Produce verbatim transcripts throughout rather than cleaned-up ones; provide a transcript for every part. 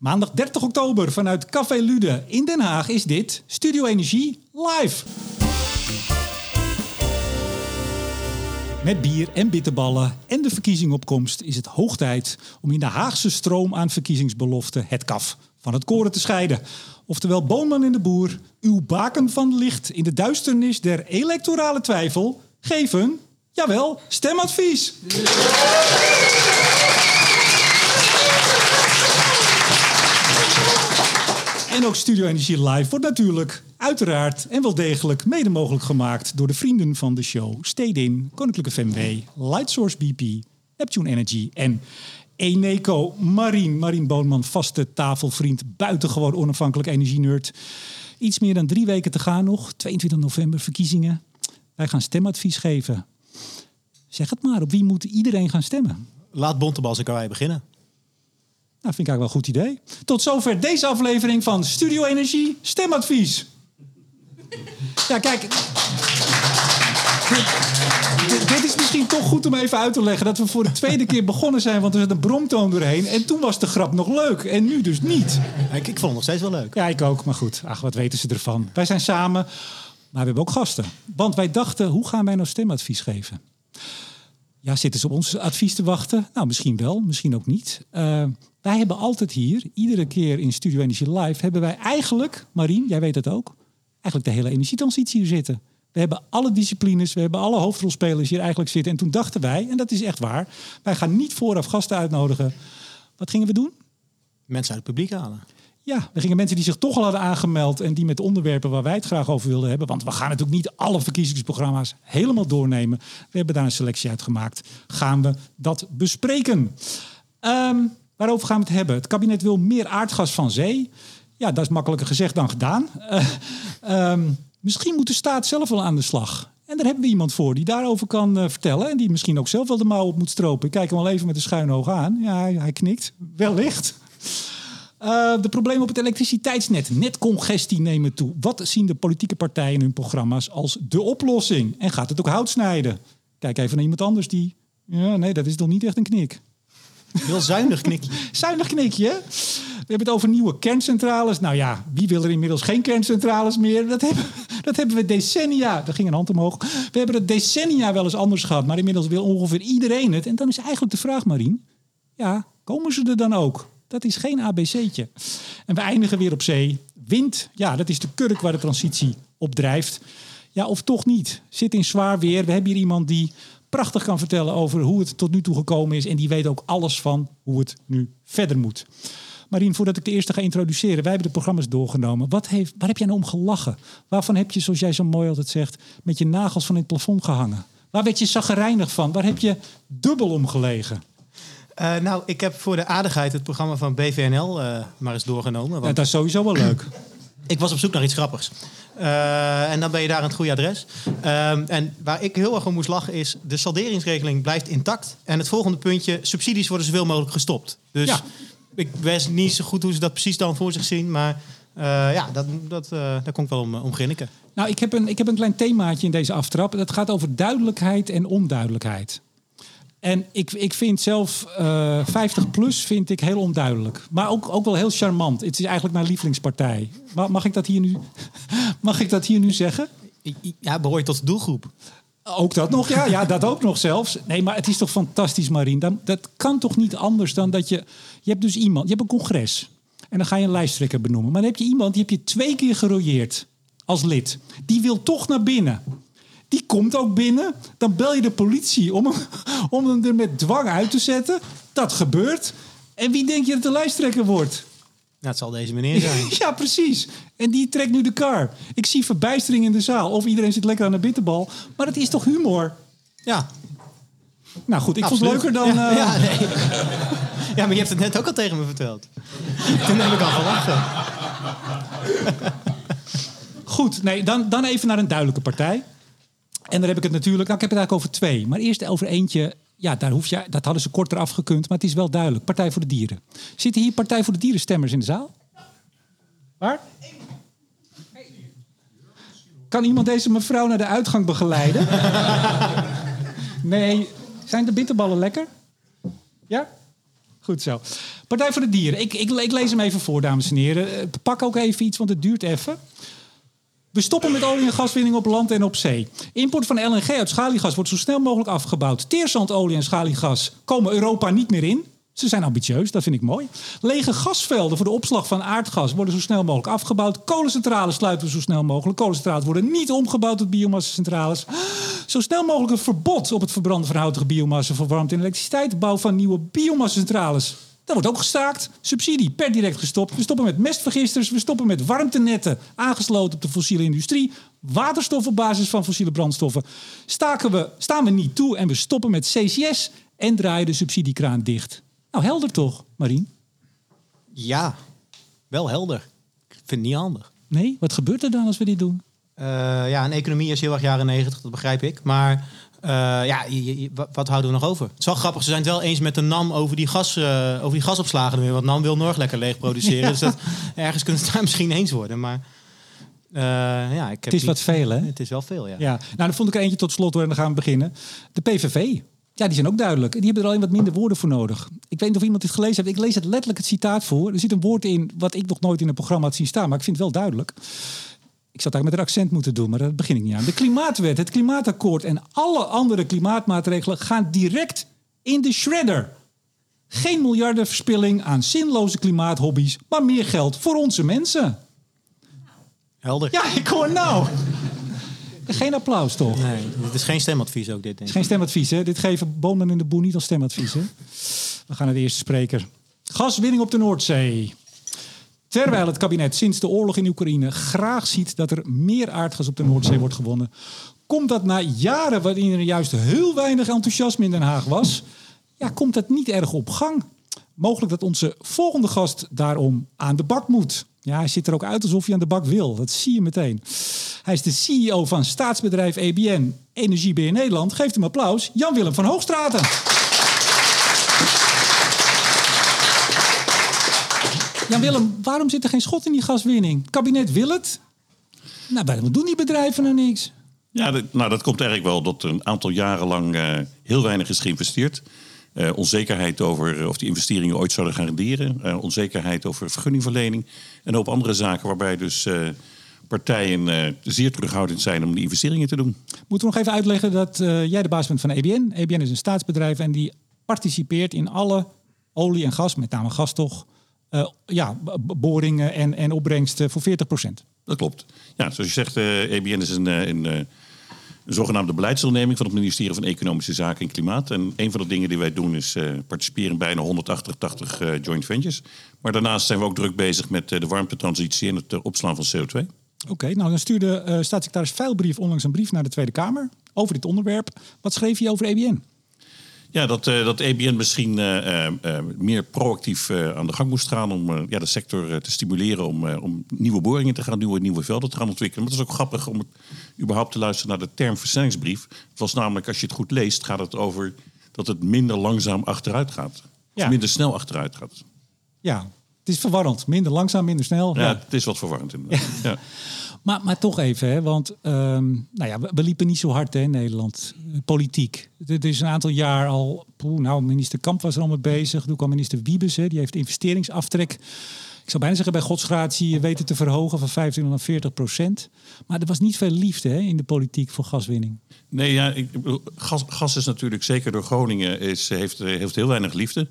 Maandag dertig oktober vanuit Café Lude in Den Haag is dit Studio Energie live. Met bier en bitterballen en de verkiezingopkomst is het hoog tijd om in de Haagse stroom aan verkiezingsbeloften het kaf van het koren te scheiden. Oftewel Boonman en de Boer, uw baken van licht in de duisternis der electorale twijfel, geven, jawel, stemadvies. En ook Studio Energie Live wordt natuurlijk, uiteraard en wel degelijk mede mogelijk gemaakt door de vrienden van de show Stedin, Koninklijke F M W, Lightsource B P, Neptune Energy en Eneco Marien. Marien Boonman, vaste tafelvriend, buitengewoon onafhankelijk energienerd. Iets meer dan drie weken te gaan nog, tweeëntwintig november, verkiezingen. Wij gaan stemadvies geven. Zeg het maar, op wie moet iedereen gaan stemmen? Laat Bontebal en Karwei beginnen. Nou, vind ik eigenlijk wel een goed idee. Tot zover deze aflevering van Studio Energie Stemadvies. Ja, kijk. Dit, dit is misschien toch goed om even uit te leggen dat we voor de tweede keer begonnen zijn, want er zit een bromtoon doorheen. En toen was de grap nog leuk. En nu dus niet. Ik, ik vond het nog steeds wel leuk. Ja, ik ook. Maar goed, ach, wat weten ze ervan? Wij zijn samen, maar we hebben ook gasten. Want wij dachten, hoe gaan wij nou stemadvies geven? Ja, zitten ze op ons advies te wachten? Nou, misschien wel, misschien ook niet. Uh, wij hebben altijd hier, iedere keer in Studio Energie Live, hebben wij eigenlijk, Marien, jij weet het ook, eigenlijk de hele energietransitie hier zitten. We hebben alle disciplines, we hebben alle hoofdrolspelers hier eigenlijk zitten. En toen dachten wij, en dat is echt waar, wij gaan niet vooraf gasten uitnodigen. Wat gingen we doen? Mensen uit het publiek halen. Ja, we gingen mensen die zich toch al hadden aangemeld en die met onderwerpen waar wij het graag over wilden hebben. Want we gaan natuurlijk niet alle verkiezingsprogramma's helemaal doornemen. We hebben daar een selectie uit gemaakt. Gaan we dat bespreken? Um, waarover gaan we het hebben? Het kabinet wil meer aardgas van zee. Ja, dat is makkelijker gezegd dan gedaan. Uh, um, misschien moet de staat zelf wel aan de slag. En daar hebben we iemand voor die daarover kan uh, vertellen. En die misschien ook zelf wel de mouw op moet stropen. Ik kijk hem al even met een schuine oog aan. Ja, hij, hij knikt. Wellicht. Uh, de problemen op het elektriciteitsnet, netcongestie nemen toe. Wat zien de politieke partijen in hun programma's als de oplossing? En gaat het ook hout snijden? Kijk even naar iemand anders die... Ja, nee, dat is toch niet echt een knik. Heel zuinig knikje. Zuinig knikje, hè? We hebben het over nieuwe kerncentrales. Nou ja, wie wil er inmiddels geen kerncentrales meer? Dat hebben, dat hebben we decennia... Daar ging een hand omhoog. We hebben het decennia wel eens anders gehad. Maar inmiddels wil ongeveer iedereen het. En dan is eigenlijk de vraag, Marien... Ja, komen ze er dan ook? Dat is geen A B C'tje. En we eindigen weer op zee. Wind, ja, dat is de kurk waar de transitie op drijft. Ja, of toch niet. Zit in zwaar weer. We hebben hier iemand die prachtig kan vertellen over hoe het tot nu toe gekomen is. En die weet ook alles van hoe het nu verder moet. Marien, voordat ik de eerste ga introduceren. Wij hebben de programma's doorgenomen. Wat heeft, waar heb jij nou om gelachen? Waarvan heb je, zoals jij zo mooi altijd zegt, met je nagels van in het plafond gehangen? Waar werd je chagrijnig van? Waar heb je dubbel om gelegen? Uh, nou, ik heb voor de aardigheid het programma van B V N L uh, maar eens doorgenomen. Want ja, dat is sowieso wel leuk. Ik was op zoek naar iets grappigs. Uh, en dan ben je daar aan het goede adres. Uh, en waar ik heel erg om moest lachen is... de salderingsregeling blijft intact. En het volgende puntje... subsidies worden zoveel mogelijk gestopt. Dus ja. Ik weet niet zo goed hoe ze dat precies dan voor zich zien. Maar uh, ja, dat, dat, uh, daar kon ik wel om, om grinniken. Nou, ik heb, een, ik heb een klein themaatje in deze aftrap. Dat gaat over duidelijkheid en onduidelijkheid. En ik, ik vind zelf uh, vijftig plus vind ik heel onduidelijk. Maar ook, ook wel heel charmant. Het is eigenlijk mijn lievelingspartij. Mag, mag, ik, dat hier nu, mag ik dat hier nu zeggen? Ja, behoor je tot de doelgroep? Ook dat nog, ja. Ja, dat ook nog zelfs. Nee, maar het is toch fantastisch, Marien. Dat, dat kan toch niet anders dan dat je... Je hebt dus iemand, je hebt een congres. En dan ga je een lijsttrekker benoemen. Maar dan heb je iemand, die heb je twee keer gerooieerd als lid. Die wil toch naar binnen. Die komt ook binnen. Dan bel je de politie om hem, om hem er met dwang uit te zetten. Dat gebeurt. En wie denk je dat de lijsttrekker wordt? Nou, het zal deze meneer zijn. Ja, precies. En die trekt nu de kar. Ik zie verbijstering in de zaal. Of iedereen zit lekker aan de bitterbal. Maar het is toch humor? Ja. Nou goed, ik Absoluut. vond het leuker dan... Uh... Ja, ja, nee. Ja, maar je hebt het net ook al tegen me verteld. Toen heb ik al gelachen. Goed, nee, dan, dan even naar een duidelijke partij. En daar heb ik het natuurlijk... Nou, ik heb het eigenlijk over twee. Maar eerst over eentje... Ja, daar hoef je, dat hadden ze korter afgekund, maar het is wel duidelijk. Partij voor de Dieren. Zitten hier Partij voor de Dieren stemmers in de zaal? Waar? Kan iemand deze mevrouw naar de uitgang begeleiden? Nee. Zijn de bitterballen lekker? Ja? Goed zo. Partij voor de Dieren. Ik, ik, ik lees hem even voor, dames en heren. Pak ook even iets, want het duurt even. We stoppen met olie- en gaswinning op land en op zee. Import van L N G uit schaliegas wordt zo snel mogelijk afgebouwd. Teerzandolie en schaliegas komen Europa niet meer in. Ze zijn ambitieus, dat vind ik mooi. Lege gasvelden voor de opslag van aardgas worden zo snel mogelijk afgebouwd. Kolencentrales sluiten we zo snel mogelijk. Kolencentrales worden niet omgebouwd tot biomassacentrales. Zo snel mogelijk een verbod op het verbranden van houtige biomassa voor warmte en elektriciteit. Bouw van nieuwe biomassacentrales. Dat wordt ook gestaakt. Subsidie per direct gestopt. We stoppen met mestvergisters. We stoppen met warmtenetten aangesloten op de fossiele industrie. Waterstof op basis van fossiele brandstoffen. Staken we, staan we niet toe en we stoppen met C C S en draaien de subsidiekraan dicht. Nou, helder toch, Marien? Ja, wel helder. Ik vind het niet handig. Nee? Wat gebeurt er dan als we dit doen? Uh, ja, een economie is heel erg jaren negentig, dat begrijp ik. Maar uh, ja, je, je, wat houden we nog over? Het is wel grappig, ze zijn het wel eens met de N A M over die, gas, uh, over die gasopslagen. Want N A M wil Norg lekker leeg produceren. Ja. Dus dat, ergens kunnen ze het daar misschien eens worden. Maar uh, ja, ik heb het is niet, wat veel, hè? Het is wel veel, ja. ja. Nou, dan vond ik er eentje tot slot hoor en dan gaan we beginnen. De P V V. Ja, die zijn ook duidelijk. Die hebben er alleen wat minder woorden voor nodig. Ik weet niet of iemand dit gelezen heeft. Ik lees het letterlijk het citaat voor. Er zit een woord in wat ik nog nooit in een programma had zien staan. Maar ik vind het wel duidelijk. Ik zou het eigenlijk met een accent moeten doen, maar daar begin ik niet aan. De klimaatwet, het klimaatakkoord en alle andere klimaatmaatregelen gaan direct in de shredder. Geen miljardenverspilling aan zinloze klimaathobby's, maar meer geld voor onze mensen. Helder. Ja, ik hoor nou. Geen applaus, toch? Nee, dit is geen stemadvies ook, dit denk ik. Geen stemadvies, hè? Dit geven Bomen in de Boer niet als stemadvies, hè? We gaan naar de eerste spreker. Gaswinning op de Noordzee. Terwijl het kabinet sinds de oorlog in Oekraïne graag ziet dat er meer aardgas op de Noordzee wordt gewonnen, komt dat na jaren waarin er juist heel weinig enthousiasme in Den Haag was, ja, komt dat niet erg op gang. Mogelijk dat onze volgende gast daarom aan de bak moet. Ja, hij ziet er ook uit alsof hij aan de bak wil. Dat zie je meteen. Hij is de C E O van staatsbedrijf E B N, Energiebeheer Nederland. Geeft hem applaus. Jan-Willem van Hoogstraten. Jan-Willem, waarom zit er geen schot in die gaswinning? Het kabinet wil het. Nou, waarom doen die bedrijven nou niks? Ja, dat, nou, dat komt eigenlijk wel dat er een aantal jaren lang uh, heel weinig is geïnvesteerd. Uh, onzekerheid over uh, of die investeringen ooit zouden gaan renderen. Uh, onzekerheid over vergunningverlening. En een hoop andere zaken waarbij dus uh, partijen uh, zeer terughoudend zijn om die investeringen te doen. Moeten we nog even uitleggen dat uh, jij de baas bent van E B N. E B N is een staatsbedrijf en die participeert in alle olie en gas, met name gas toch, uh, ja, boringen en, en opbrengsten voor veertig procent. Dat klopt. Ja, zoals je zegt, uh, E B N is een... Uh, een uh, Een zogenaamde beleidsonderneming van het ministerie van Economische Zaken en Klimaat. En een van de dingen die wij doen is uh, participeren in bijna honderdtachtig uh, joint ventures. Maar daarnaast zijn we ook druk bezig met uh, de warmtetransitie en het uh, opslaan van C O twee. Oké, okay, nou dan stuurde uh, staatssecretaris Veilbrief onlangs een brief naar de Tweede Kamer over dit onderwerp. Wat schreef hij over E B N? Ja, dat, uh, dat E B N misschien uh, uh, meer proactief uh, aan de gang moest gaan om uh, ja, de sector uh, te stimuleren om, uh, om nieuwe boringen te gaan, nieuwe, nieuwe velden te gaan ontwikkelen. Maar het is ook grappig om het, überhaupt te luisteren naar de term versnellingsbrief. Het was namelijk, als je het goed leest, gaat het over dat het minder langzaam achteruit gaat. Of ja. minder snel achteruit gaat. Ja, het is verwarrend. Minder langzaam, minder snel. Ja, ja. Het is wat verwarrend inderdaad. Ja. Ja. Maar, maar toch even, hè, want um, nou ja, we, we liepen niet zo hard hè, in Nederland. Politiek. Het is een aantal jaar al... Poeh, nou, minister Kamp was er al mee bezig. Toen kwam minister Wiebes, hè, die heeft investeringsaftrek... Ik zou bijna zeggen bij godsgratie weten te verhogen van vijfentwintig naar veertig procent. Maar er was niet veel liefde hè, in de politiek voor gaswinning. Nee, ja, ik, gas, gas is natuurlijk, zeker door Groningen, is, heeft, heeft heel weinig liefde.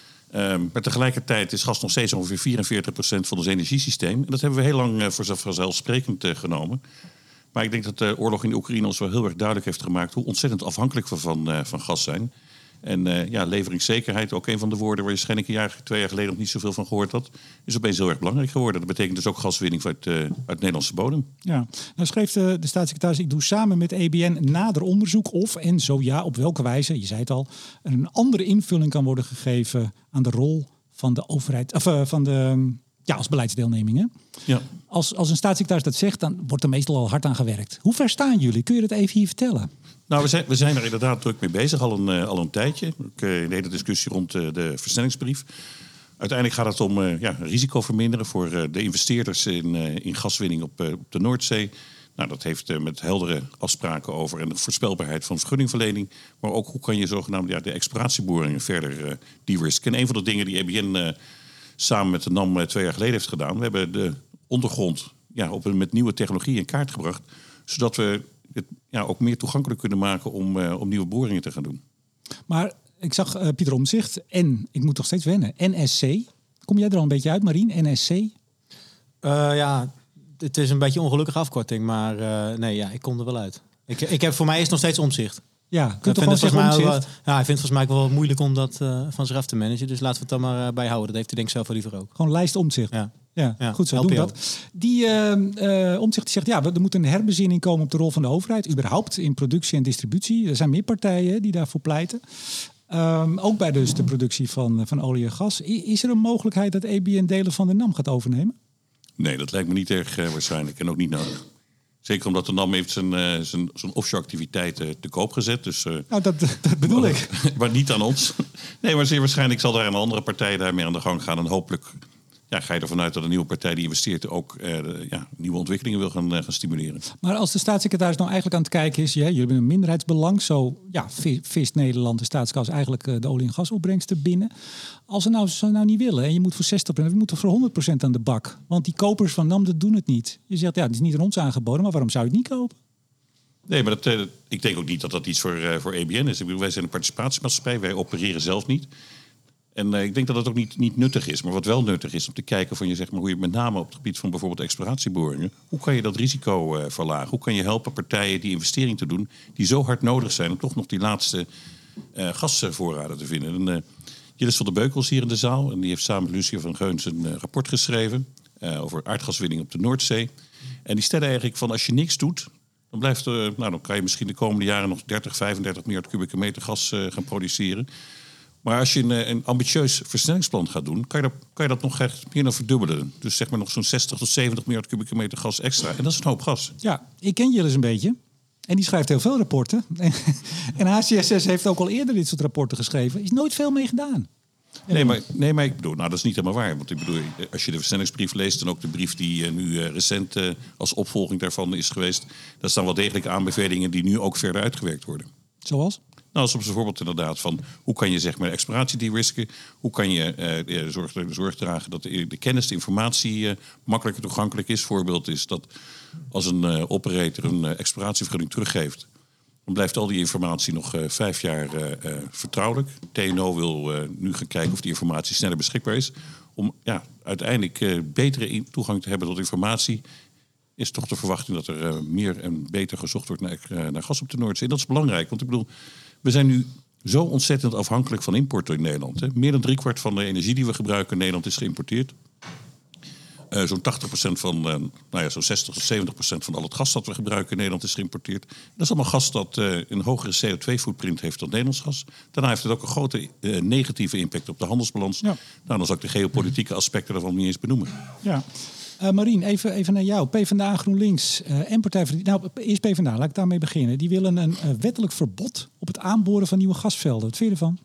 Um, maar tegelijkertijd is gas nog steeds ongeveer vierenveertig procent van ons energiesysteem. En dat hebben we heel lang uh, voor vanzelfsprekend uh, genomen. Maar ik denk dat de oorlog in de Oekraïne ons wel heel erg duidelijk heeft gemaakt hoe ontzettend afhankelijk we van, uh, van gas zijn. En uh, ja, leveringszekerheid, ook een van de woorden waar je waarschijnlijk een jaar, twee jaar geleden nog niet zoveel van gehoord had, is opeens heel erg belangrijk geworden. Dat betekent dus ook gaswinning uit, uh, uit Nederlandse bodem. Ja, nou schreef de, de staatssecretaris, ik doe samen met E B N nader onderzoek of, en zo ja, op welke wijze, je zei het al, er een andere invulling kan worden gegeven aan de rol van de overheid, of uh, van de, ja, als beleidsdeelneming. Hè? Ja. Als, als een staatssecretaris dat zegt, dan wordt er meestal al hard aan gewerkt. Hoe ver staan jullie? Kun je dat even hier vertellen? Nou, we zijn, we zijn er inderdaad druk mee bezig, al een, uh, al een tijdje. Ook, uh, de hele discussie rond uh, de versnellingsbrief. Uiteindelijk gaat het om uh, ja, risico verminderen voor uh, de investeerders in, uh, in gaswinning op, uh, op de Noordzee. Nou, dat heeft uh, met heldere afspraken over en de voorspelbaarheid van vergunningverlening. Maar ook hoe kan je zogenaamde ja, de exploratieboringen verder uh, de-risken. En een van de dingen die E B N uh, samen met de N A M uh, twee jaar geleden heeft gedaan. We hebben de ondergrond ja, op een, met nieuwe technologie in kaart gebracht. Zodat we het ja, ook meer toegankelijk kunnen maken om, uh, om nieuwe boringen te gaan doen. Maar ik zag uh, Pieter Omtzigt en, ik moet toch steeds wennen, N S C. Kom jij er al een beetje uit, Marien? N S C? Uh, ja, het is een beetje een ongelukkige afkorting, maar uh, nee, ja, ik kom er wel uit. Ik, ik heb, voor mij is het nog steeds Omtzigt. Ja, kun je toch gewoon zeggen Omtzigt? Wel, ja, ik vind het volgens mij ook wel moeilijk om dat uh, van zich af te managen. Dus laten we het dan maar uh, bijhouden. Dat heeft hij denk ik zelf wel liever ook. Gewoon lijst Omtzigt. Ja. Ja, ja, goed zo, L P O. doen dat. Die uh, uh, Omtzigt die zegt, ja, er moet een herbezinning komen op de rol van de overheid. Überhaupt in productie en distributie. Er zijn meer partijen die daarvoor pleiten. Um, ook bij dus de productie van, van olie en gas. I- is er een mogelijkheid dat E B N delen van de N A M gaat overnemen? Nee, dat lijkt me niet erg uh, waarschijnlijk en ook niet nodig. Zeker omdat de N A M heeft zijn, uh, zijn, zijn offshore activiteiten te koop gezet. Dus, uh, nou, dat, dat bedoel maar, ik. Maar niet aan ons. Nee, maar zeer waarschijnlijk zal daar een andere partij daarmee aan de gang gaan. En hopelijk ja, ga je ervan uit dat een nieuwe partij die investeert ook uh, de, ja, nieuwe ontwikkelingen wil gaan, uh, gaan stimuleren. Maar als de staatssecretaris nou eigenlijk aan het kijken is, ja, jullie hebben een minderheidsbelang, zo ja, vist Nederland de staatskas eigenlijk uh, de olie- en gasopbrengsten binnen. Als ze nou, ze nou niet willen en je moet voor zestig procent, we moeten voor honderd procent aan de bak. Want die kopers van N A M, dat doen het niet. Je zegt, ja, het is niet aan ons aangeboden, maar waarom zou je het niet kopen? Nee, maar dat, uh, ik denk ook niet dat dat iets voor, uh, voor E B N is. Ik bedoel, wij zijn een participatiemaatschappij, wij opereren zelf niet. En uh, ik denk dat het ook niet, niet nuttig is. Maar wat wel nuttig is om te kijken van je, zeg maar, hoe je met name op het gebied van bijvoorbeeld exploratieboringen, hoe kan je dat risico uh, verlagen? Hoe kan je helpen partijen die investering te doen die zo hard nodig zijn om toch nog die laatste uh, gasvoorraden te vinden? En, uh, Jillis van der Beukel is hier in de zaal en die heeft samen met Lucia van Geuns een uh, rapport geschreven uh, over aardgaswinning op de Noordzee. En die stellen eigenlijk van als je niks doet, dan blijft er, nou, dan kan je misschien de komende jaren nog dertig, vijfendertig miljard kubieke meter gas uh, gaan produceren. Maar als je een, een ambitieus versnellingsplan gaat doen, kan je, dat, kan je dat nog echt meer dan verdubbelen. Dus zeg maar nog zo'n zestig tot zeventig miljard kubieke meter gas extra. En dat is een hoop gas. Ja, ik ken Jillis een beetje. En die schrijft heel veel rapporten. En H C S S heeft ook al eerder dit soort rapporten geschreven. Is nooit veel mee gedaan. Nee, maar, nee, maar ik bedoel, nou, dat is niet helemaal waar. Want ik bedoel, als je de versnellingsbrief leest en ook de brief die uh, nu uh, recent uh, als opvolging daarvan is geweest, daar staan wel degelijk aanbevelingen die nu ook verder uitgewerkt worden. Zoals? Nou, soms bijvoorbeeld inderdaad van hoe kan je zeg maar exploratie de-risken? Hoe kan je uh, zorg, zorg dragen dat de, de kennis, de informatie uh, makkelijker toegankelijk is? Voorbeeld is dat als een uh, operator een uh, exploratievergunning teruggeeft, dan blijft al die informatie nog uh, vijf jaar uh, uh, vertrouwelijk. T N O wil uh, nu gaan kijken of die informatie sneller beschikbaar is. Om ja, uiteindelijk uh, betere toegang te hebben tot informatie, is toch de verwachting dat er uh, meer en beter gezocht wordt naar, uh, naar gas op de Noordzee. En dat is belangrijk, want ik bedoel, we zijn nu zo ontzettend afhankelijk van importen in Nederland. Hè. Meer dan driekwart van de energie die we gebruiken in Nederland is geïmporteerd. Uh, zo'n tachtig procent van, uh, nou ja, zo'n zestig tot zeventig procent van al het gas dat we gebruiken in Nederland is geïmporteerd. Dat is allemaal gas dat uh, een hogere C O twee footprint heeft dan Nederlands gas. Daarna heeft het ook een grote uh, negatieve impact op de handelsbalans. Ja. Nou, dan zal ik de geopolitieke aspecten daarvan niet eens benoemen. Ja. Uh, Marien, even, even naar jou. PvdA, GroenLinks uh, en Partij voor de... Nou, eerst PvdA, laat ik daarmee beginnen. Die willen een uh, wettelijk verbod op het aanboren van nieuwe gasvelden. Wat vind je ervan?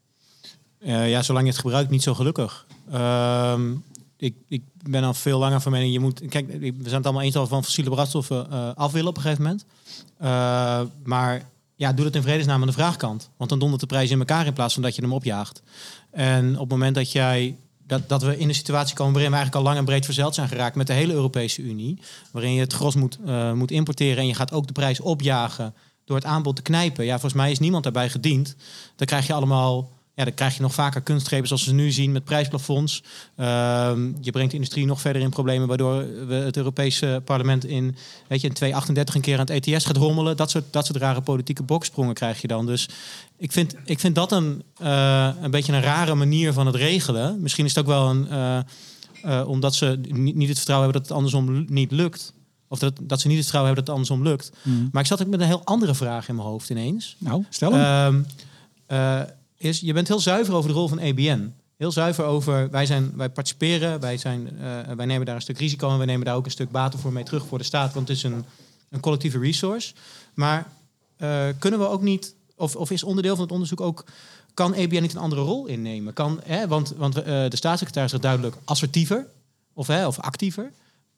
Uh, ja, zolang je het gebruikt, niet zo gelukkig. Uh, ik, ik ben al veel langer van mening, je moet... Kijk, we zijn het allemaal eens over van fossiele brandstoffen uh, af willen op een gegeven moment. Uh, maar ja, doe dat in vredesnaam aan de vraagkant. Want dan dondert de prijs in elkaar in plaats van dat je hem opjaagt. En op het moment dat jij... Dat, dat we in een situatie komen waarin we eigenlijk al lang en breed verzeild zijn geraakt met de hele Europese Unie. Waarin je het gros moet, uh, moet importeren en je gaat ook de prijs opjagen door het aanbod te knijpen. Ja, volgens mij is niemand daarbij gediend. Dan krijg je allemaal, ja, dan krijg je nog vaker kunstgrepen zoals we nu zien met prijsplafonds. Uh, je brengt de industrie nog verder in problemen, waardoor we het Europese parlement in, weet je, in tweeduizend achtendertig een keer aan het E T S gaat rommelen. Dat soort, dat soort rare politieke boksprongen krijg je dan. Dus ik vind, ik vind dat een, uh, een beetje een rare manier van het regelen. Misschien is het ook wel een, uh, uh, omdat ze niet, niet het vertrouwen hebben dat het andersom niet lukt. Of dat, dat ze niet het vertrouwen hebben dat het andersom lukt. Mm. Maar ik zat ook met een heel andere vraag in mijn hoofd ineens. Nou, stel hem. Uh, uh, is, je bent heel zuiver over de rol van E B N. Heel zuiver over, wij, zijn, wij participeren, wij, zijn, uh, wij nemen daar een stuk risico en wij nemen daar ook een stuk baten voor mee terug voor de staat. Want het is een, een collectieve resource. Maar uh, kunnen we ook niet, of, of is onderdeel van het onderzoek ook, kan E B N niet een andere rol innemen? Kan, hè, want want uh, de staatssecretaris zegt duidelijk assertiever of, hè, of actiever.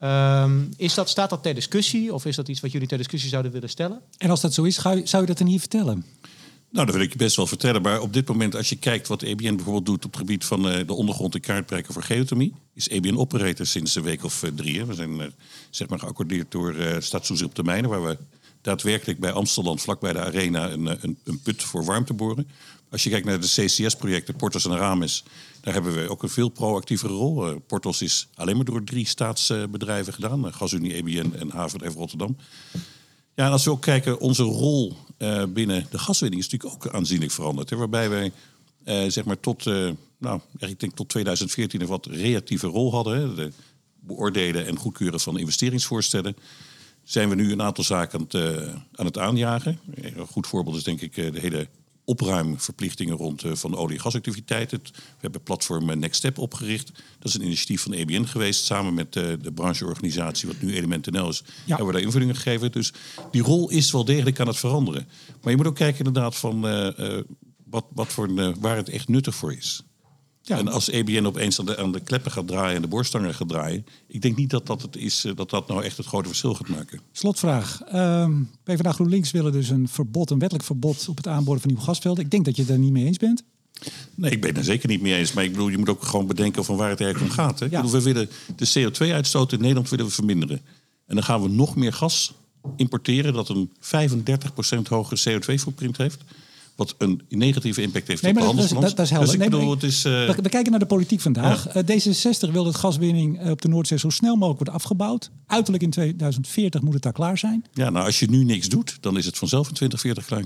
Um, is dat, staat dat ter discussie? Of is dat iets wat jullie ter discussie zouden willen stellen? En als dat zo is, zou je, zou je dat dan hier vertellen? Nou, dat wil ik je best wel vertellen. Maar op dit moment, als je kijkt wat E B N bijvoorbeeld doet op het gebied van uh, de ondergrond en kaartbreker voor geothermie, is E B N operator sinds een week of uh, drie. Hè. We zijn uh, zeg maar geaccordeerd door uh, Stadstoezicht op Termijnen, waar we daadwerkelijk bij Amsterdam, vlakbij de Arena, een, een, een put voor warmte boren. Als je kijkt naar de C C S-projecten, Portos en Aramis, daar hebben we ook een veel proactievere rol. Uh, Portos is alleen maar door drie staatsbedrijven uh, gedaan. Uh, GasUnie, E B N en Haven Rotterdam. Ja, en als we ook kijken, onze rol uh, binnen de gaswinning is natuurlijk ook aanzienlijk veranderd. Hè, waarbij wij uh, zeg maar tot, uh, nou, ik denk tot tweeduizend veertien een wat reactieve rol hadden. Hè, de beoordelen en goedkeuren van investeringsvoorstellen. Zijn we nu een aantal zaken aan het, uh, aan het aanjagen. Een goed voorbeeld is denk ik uh, de hele opruimverplichtingen rond uh, van de olie- en gasactiviteiten. We hebben platform Next Step opgericht. Dat is een initiatief van E B N geweest. Samen met uh, de brancheorganisatie, wat nu Element N L is, ja. hebben we daar invulling gegeven. Dus die rol is wel degelijk aan het veranderen. Maar je moet ook kijken inderdaad van uh, uh, wat, wat voor een, uh, waar het echt nuttig voor is. Ja. En als E B N opeens aan de, aan de kleppen gaat draaien en de borststangen gaat draaien, ik denk niet dat dat het is, dat dat nou echt het grote verschil gaat maken. Slotvraag. Um, PvdA GroenLinks willen dus een verbod, een wettelijk verbod op het aanboren van nieuwe gasvelden. Ik denk dat je het daar niet mee eens bent. Nee, ik ben het er zeker niet mee eens. Maar ik bedoel, je moet ook gewoon bedenken van waar het eigenlijk om gaat. Hè? Ja. Ik bedoel, we willen de C O twee uitstoot in Nederland willen we verminderen. En dan gaan we nog meer gas importeren dat een vijfendertig procent hogere C O twee footprint heeft. Wat een negatieve impact heeft nee, op de handelsbalans. Dat, dat is helder. Dus ik bedoel, nee, het is, uh... we, we kijken naar de politiek vandaag. Ja. Uh, D zesenzestig wil dat gaswinning op de Noordzee zo snel mogelijk wordt afgebouwd. Uiterlijk in tweeduizend veertig moet het daar klaar zijn. Ja, nou als je nu niks doet, dan is het vanzelf in twintig veertig klaar.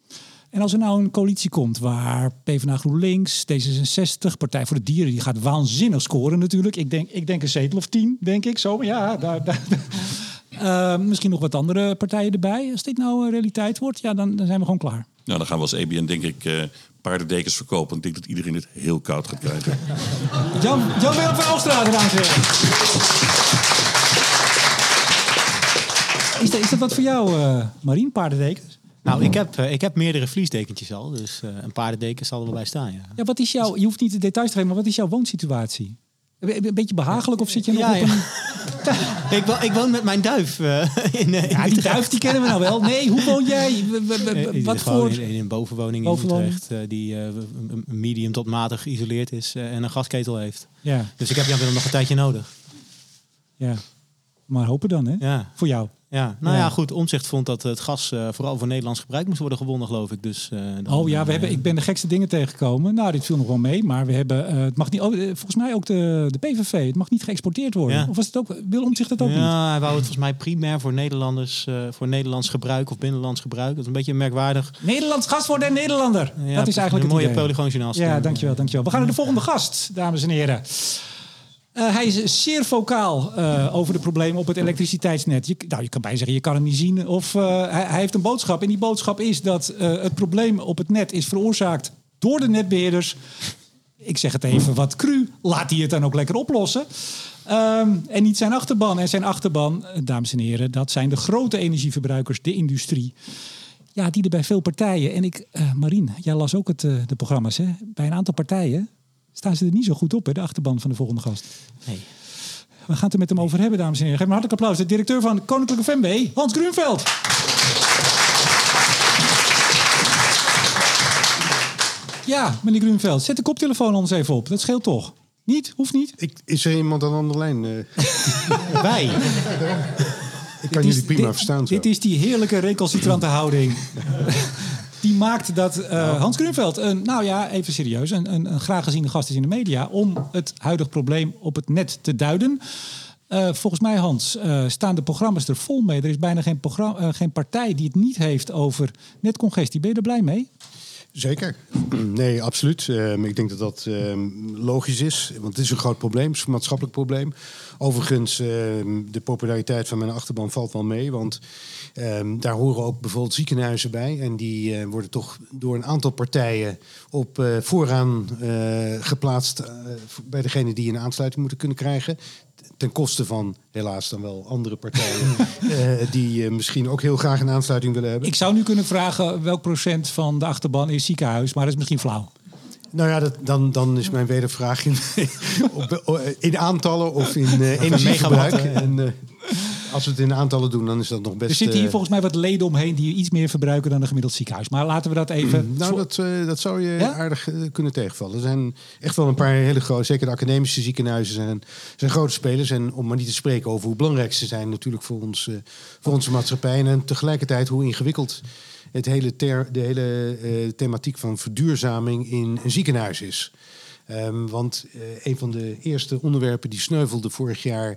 En als er nou een coalitie komt waar PvdA GroenLinks, D zesenzestig, Partij voor de Dieren, die gaat waanzinnig scoren natuurlijk. Ik denk, ik denk een zetel of tien, denk ik. Zo, maar ja, daar... daar uh, misschien nog wat andere partijen erbij. Als dit nou realiteit wordt, ja, dan, dan zijn we gewoon klaar. Nou, dan gaan we als E B N denk ik uh, paardendekens verkopen. Ik denk dat iedereen het heel koud gaat krijgen. Jan, Jan Willem van Alstra, dames en heren. Is dat, is dat wat voor jou, uh, Marien, paardendekens? Nou, ik heb, uh, ik heb meerdere vliesdekentjes al. Dus uh, een paardendeken zal er wel bij staan, ja. Ja, wat is jouw, je hoeft niet de details te geven, maar wat is jouw woonsituatie? Een beetje behagelijk of zit je nog ja, op een... Ja. ik, wo- ik woon met mijn duif uh, in, uh, in ja, die duif die kennen we nou wel. Nee, hoe woon jij? Wat voor... In, in een bovenwoning, bovenwoning in Utrecht uh, die uh, medium tot matig geïsoleerd is uh, en een gasketel heeft. Ja. Dus ik heb Jan Willem nog een tijdje nodig. Ja, maar hopen dan, hè? Ja. Voor jou. Ja, nou ja, ja goed. Omtzigt vond dat het gas uh, vooral voor Nederlands gebruik moest worden gewonnen, geloof ik. Dus, uh, dan, oh ja, we hebben, ik ben de gekste dingen tegengekomen. Nou, dit viel nog wel mee, maar we hebben, uh, het mag niet, oh, volgens mij ook de, de P V V, het mag niet geëxporteerd worden. Ja. Of was het ook, wil Omtzigt het ook ja, niet? Ja, hij wou het volgens mij primair voor Nederlanders, uh, voor Nederlands gebruik of binnenlands gebruik. Dat is een beetje merkwaardig. Nederlands gas voor de Nederlander. Ja, dat is eigenlijk een mooie idee. Polygoonjournaal. Ja, dankjewel, dankjewel. We gaan naar de volgende gast, dames en heren. Uh, hij is zeer vocaal uh, over de problemen op het elektriciteitsnet. Je, nou, je kan bij zeggen, je kan het niet zien. Of uh, hij, hij heeft een boodschap. En die boodschap is dat uh, het probleem op het net is veroorzaakt door de netbeheerders. Ik zeg het even wat cru. Laat hij het dan ook lekker oplossen. Um, en niet zijn achterban. En zijn achterban, dames en heren, dat zijn de grote energieverbruikers, de industrie. Ja, die er bij veel partijen. En ik, uh, Marien, jij las ook het, uh, de programma's. Hè? Bij een aantal partijen staan ze er niet zo goed op, hè, de achterban van de volgende gast. Nee. We gaan het er met hem over hebben, dames en heren. Geef een hartelijk applaus. De directeur van Koninklijke F M W, Hans Grunveld. Ja, meneer Grunveld, zet de koptelefoon ons even op. Dat scheelt toch? Niet? Hoeft niet? Ik, is er iemand aan de andere lijn? Uh... Wij. Ik kan jullie prima dit, verstaan. Zo. Dit is die heerlijke recalcitrante houding. Die maakt dat uh, Hans Grunveld, een, nou ja, even serieus, een, een, een graag geziene gast is in de media om het huidige probleem op het net te duiden. Uh, volgens mij, Hans, uh, staan de programma's er vol mee. Er is bijna geen, programma, uh, geen partij die het niet heeft over netcongestie. Ben je er blij mee? Zeker. Nee, absoluut. Uh, ik denk dat dat uh, logisch is. Want het is een groot probleem. Het is een maatschappelijk probleem. Overigens, uh, de populariteit van mijn achterban valt wel mee. Want uh, daar horen ook bijvoorbeeld ziekenhuizen bij. En die uh, worden toch door een aantal partijen op uh, vooraan uh, geplaatst uh, bij degene die een aansluiting moeten kunnen krijgen. Ten koste van, helaas dan wel, andere partijen uh, die uh, misschien ook heel graag een aansluiting willen hebben. Ik zou nu kunnen vragen welk procent van de achterban is ziekenhuis, maar dat is misschien flauw. Nou ja, dat, dan, dan is mijn wedervraag in, op, in aantallen of in uh, energiegebruik. En, uh, als we het in aantallen doen, dan is dat nog best... Er zitten hier uh, volgens mij wat leden omheen die iets meer verbruiken dan een gemiddeld ziekenhuis. Maar laten we dat even... Mm, nou, dat, uh, dat zou je ja? aardig uh, kunnen tegenvallen. Er zijn echt wel een paar hele grote... Zeker de academische ziekenhuizen zijn, zijn grote spelers. En om maar niet te spreken over hoe belangrijk ze zijn natuurlijk voor, ons, uh, voor onze maatschappij. En tegelijkertijd hoe ingewikkeld het hele ter, de hele uh, thematiek van verduurzaming in een ziekenhuis is. Um, want uh, een van de eerste onderwerpen die sneuvelde vorig jaar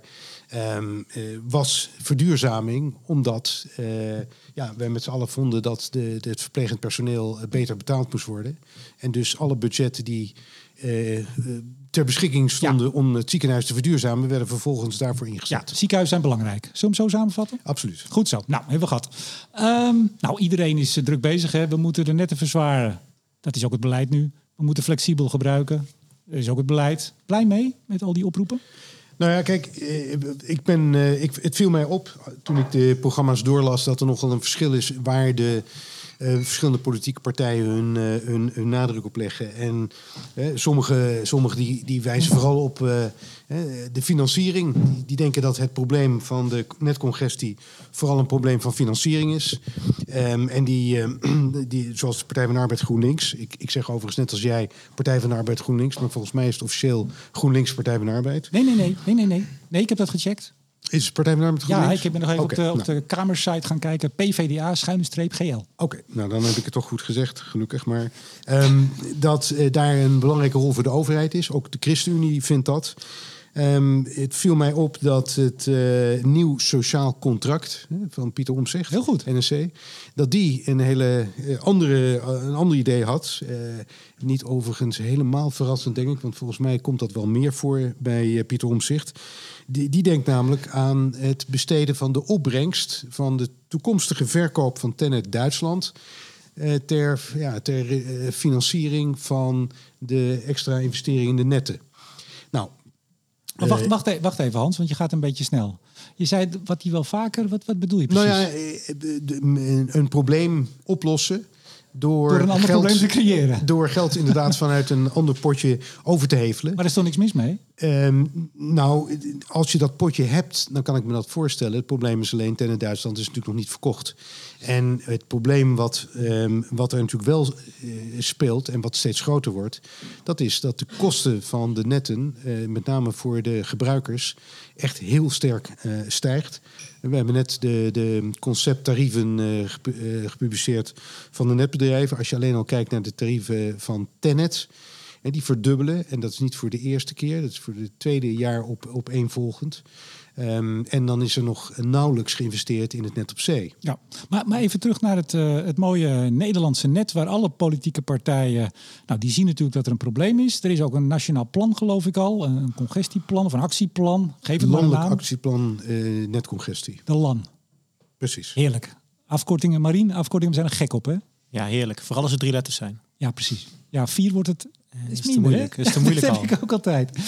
um, uh, was verduurzaming. Omdat uh, ja, wij met z'n allen vonden dat de, de het verplegend personeel beter betaald moest worden. En dus alle budgetten die uh, uh, ter beschikking stonden ja. om het ziekenhuis te verduurzamen, werden vervolgens daarvoor ingezet. Ja, ziekenhuizen zijn belangrijk. Zullen we hem zo samenvatten? Absoluut. Goed zo. Nou, hebben we gehad. Um, nou, iedereen is druk bezig. Hè. We moeten de netten verzwaren. Dat is ook het beleid nu. We moeten flexibel gebruiken. Dat is ook het beleid. Blij mee met al die oproepen? Nou ja, kijk, ik ben, ik, het viel mij op toen ik de programma's doorlas dat er nogal een verschil is waar de uh, verschillende politieke partijen hun, uh, hun, hun nadruk op leggen. En uh, sommige, sommige die, die wijzen vooral op uh, de financiering. Die, die denken dat het probleem van de netcongestie vooral een probleem van financiering is. Um, en die, uh, die, zoals de Partij van de Arbeid GroenLinks. Ik, ik zeg overigens net als jij Partij van de Arbeid GroenLinks, maar volgens mij is het officieel GroenLinks Partij van de Arbeid. Nee, nee, nee. nee, nee, nee. nee ik heb dat gecheckt. Is het Partij van de Arbeid GroenLinks? Ja, ik heb nog even okay, op, de, op nou. de Kamersite gaan kijken. P V D A, schuine streep, G L. Oké, okay, nou dan heb ik het toch goed gezegd, gelukkig. Maar um, dat uh, daar een belangrijke rol voor de overheid is. Ook de ChristenUnie vindt dat. Um, het viel mij op dat het uh, nieuw sociaal contract hè, van Pieter Omtzigt, heel goed, N S C, dat die een hele uh, andere, uh, een ander idee had. Uh, niet overigens helemaal verrassend, denk ik, want volgens mij komt dat wel meer voor bij uh, Pieter Omtzigt. Die, die denkt namelijk aan het besteden van de opbrengst van de toekomstige verkoop van Tennet Duitsland uh, ter, ja, ter uh, financiering van de extra investering in de netten. Nou. Maar wacht, wacht, even, wacht even, Hans, want je gaat een beetje snel. Je zei wat hij wel vaker, wat, wat bedoel je precies? Nou ja, de, de, een, een probleem oplossen door, door een ander geld, probleem te creëren. Door geld inderdaad vanuit een ander potje over te hevelen. Maar er is toch niks mis mee? Um, nou, als je dat potje hebt, dan kan ik me dat voorstellen. Het probleem is alleen, Tennet Duitsland is natuurlijk nog niet verkocht. En het probleem wat, um, wat er natuurlijk wel uh, speelt en wat steeds groter wordt, dat is dat de kosten van de netten, uh, met name voor de gebruikers, echt heel sterk uh, stijgt. We hebben net de, de concepttarieven uh, gepubliceerd van de netbedrijven. Als je alleen al kijkt naar de tarieven van Tennet, en die verdubbelen. En dat is niet voor de eerste keer. Dat is voor het tweede jaar op, opeenvolgend. Um, en dan is er nog nauwelijks geïnvesteerd in het net op zee. Ja, maar, maar even terug naar het, uh, het mooie Nederlandse net, waar alle politieke partijen, nou, die zien natuurlijk dat er een probleem is. Er is ook een nationaal plan, geloof ik al, een congestieplan of een actieplan. Geef het maar een naam. Actieplan uh, netcongestie. De L A N. Precies. Heerlijk. Afkortingen, Marien, afkortingen zijn er gek op, hè? Ja, heerlijk. Vooral als het drie letters zijn. Ja, precies. Ja, vier wordt het. Uh, is, is te moeilijk. Is te moeilijk dat al. heb ik ook altijd.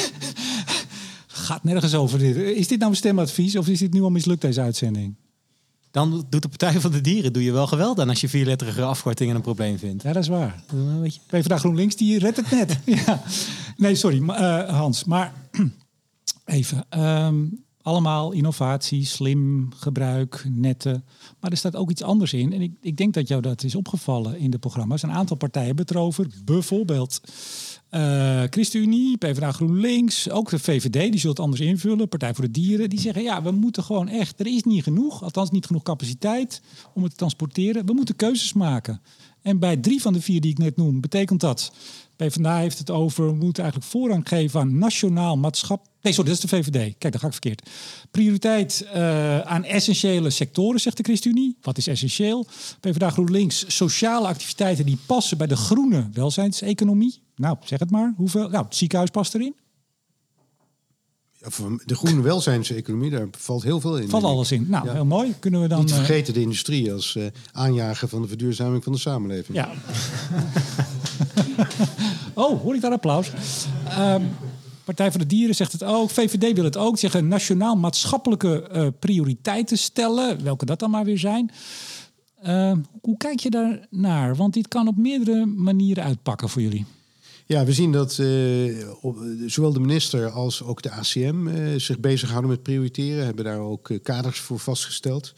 Gaat nergens over dit. Is dit nou een stemadvies of is dit nu al mislukt, deze uitzending? Dan doet de Partij van de Dieren doe je wel geweld aan als je vierletterige afkortingen een probleem vindt. Ja, dat is waar. Weet je. P v d A GroenLinks, die redt het net. Ja. Nee, sorry, uh, Hans. Maar even. Um, allemaal innovatie, slim gebruik, netten. Maar er staat ook iets anders in. En ik, ik denk dat jou dat is opgevallen in de programma's. Een aantal partijen hebben het erover. Bijvoorbeeld uh, ChristenUnie, P v d A GroenLinks, ook de V V D, die zullen het anders invullen. Partij voor de Dieren. Die zeggen, ja, we moeten gewoon echt... Er is niet genoeg, althans niet genoeg capaciteit om het te transporteren. We moeten keuzes maken. En bij drie van de vier die ik net noem, betekent dat... PvdA heeft het over, we moeten eigenlijk voorrang geven aan nationaal maatschappelijk... Nee, sorry, dat is de V V D. Kijk, daar ga ik verkeerd. Prioriteit uh, aan essentiële sectoren, zegt de ChristenUnie. Wat is essentieel? PvdA GroenLinks, sociale activiteiten die passen bij de groene welzijnseconomie. Nou, zeg het maar. Hoeveel? Nou, het ziekenhuis past erin. De groene welzijnseconomie, daar valt heel veel in. Valt alles in. Nou, ja. Heel mooi. Kunnen we dan... Niet vergeten de industrie als uh, aanjager van de verduurzaming van de samenleving. Ja. Oh, hoor ik daar applaus? Um, Partij voor de Dieren zegt het ook. V V D wil het ook. Zeggen nationaal maatschappelijke uh, prioriteiten stellen. Welke dat dan maar weer zijn. Uh, hoe kijk je daar naar? Want dit kan op meerdere manieren uitpakken voor jullie. Ja, we zien dat uh, op, zowel de minister als ook de A C M uh, zich bezighouden met prioriteren. Hebben daar ook uh, kaders voor vastgesteld.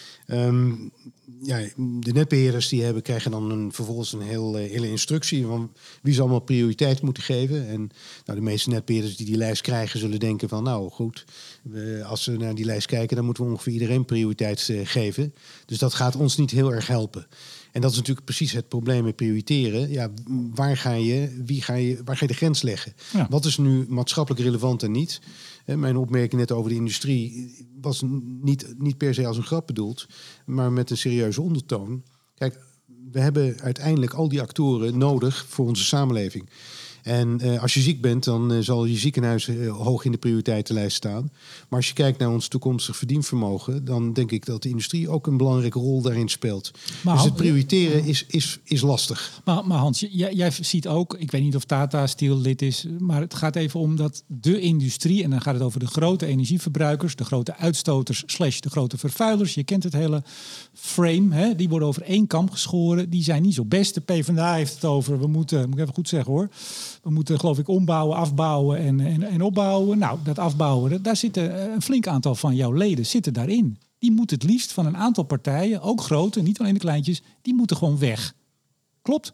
Um, ja, de netbeheerders die hebben, krijgen dan een, vervolgens een heel, uh, hele instructie van wie ze allemaal prioriteit moeten geven. En nou, de meeste netbeheerders die die lijst krijgen zullen denken van nou goed, we, als we naar die lijst kijken dan moeten we ongeveer iedereen prioriteit uh, geven. Dus dat gaat ons niet heel erg helpen. En dat is natuurlijk precies het probleem met prioriteren. Ja, waar ga je, wie ga je, waar ga je de grens leggen? Ja. Wat is nu maatschappelijk relevant en niet? En mijn opmerking net over de industrie was niet, niet per se als een grap bedoeld, maar met een serieuze ondertoon. Kijk, we hebben uiteindelijk al die actoren nodig voor onze samenleving. En uh, als je ziek bent, dan uh, zal je ziekenhuis uh, hoog in de prioriteitenlijst staan. Maar als je kijkt naar ons toekomstig verdienvermogen, dan denk ik dat de industrie ook een belangrijke rol daarin speelt. Maar dus het prioriteren is, is, is lastig. Maar, maar Hans, jij, jij ziet ook, ik weet niet of Tata Steel lid is, maar het gaat even om dat de industrie, en dan gaat het over de grote energieverbruikers, de grote uitstoters slash de grote vervuilers. Je kent het hele frame, hè? Die worden over één kam geschoren. Die zijn niet zo best. De PvdA heeft het over, we moeten, moet ik even goed zeggen hoor, we moeten geloof ik ombouwen, afbouwen en, en, en opbouwen. Nou, dat afbouwen, daar zitten een flink aantal van jouw leden zitten daarin. Die moeten het liefst van een aantal partijen, ook grote, niet alleen de kleintjes, die moeten gewoon weg. Klopt?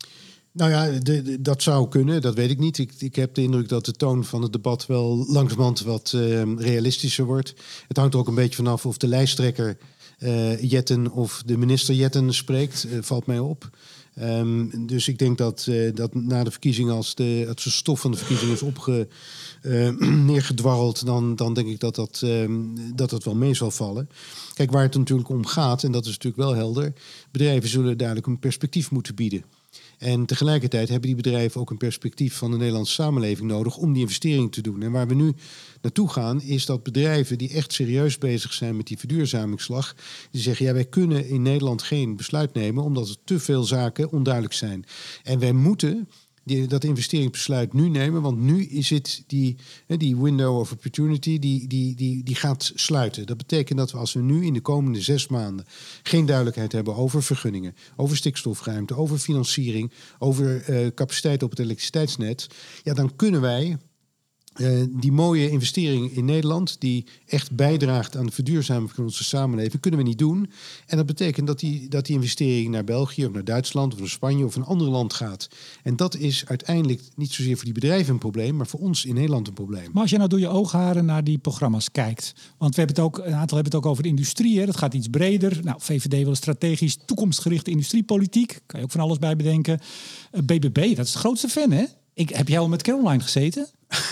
Nou ja, de, de, dat zou kunnen, dat weet ik niet. Ik, ik heb de indruk dat de toon van het debat wel langzamerhand wat uh, realistischer wordt. Het hangt er ook een beetje vanaf of de lijsttrekker uh, Jetten of de minister Jetten spreekt, uh, valt mij op. Um, dus ik denk dat, uh, dat na de verkiezingen, als de, als de stof van de verkiezingen is opge, uh, neergedwarreld, dan, dan denk ik dat dat, um, dat dat wel mee zal vallen. Kijk, waar het natuurlijk om gaat, en dat is natuurlijk wel helder, bedrijven zullen duidelijk een perspectief moeten bieden. En tegelijkertijd hebben die bedrijven ook een perspectief van de Nederlandse samenleving nodig om die investering te doen. En waar we nu naartoe gaan, is dat bedrijven die echt serieus bezig zijn met die verduurzamingsslag, die zeggen, ja, wij kunnen in Nederland geen besluit nemen omdat er te veel zaken onduidelijk zijn. En wij moeten die, dat investeringsbesluit nu nemen, want nu is het die, die window of opportunity, die, die, die, die gaat sluiten. Dat betekent dat we als we nu in de komende zes maanden geen duidelijkheid hebben over vergunningen, over stikstofruimte, over financiering, over uh, capaciteit op het elektriciteitsnet, ja, dan kunnen wij Uh, die mooie investering in Nederland, die echt bijdraagt aan de verduurzaming van onze samenleving, kunnen we niet doen. En dat betekent dat die, dat die investering naar België of naar Duitsland of naar Spanje of een ander land gaat. En dat is uiteindelijk niet zozeer voor die bedrijven een probleem, maar voor ons in Nederland een probleem. Maar als je nou door je oogharen naar die programma's kijkt, want we hebben het ook, een aantal hebben het ook over de industrie, hè? Dat gaat iets breder. Nou, V V D wil strategisch toekomstgerichte industriepolitiek, kan je ook van alles bij bedenken. Uh, B B B, dat is de grootste fan, hè? Ik, heb jij al met Caroline gezeten?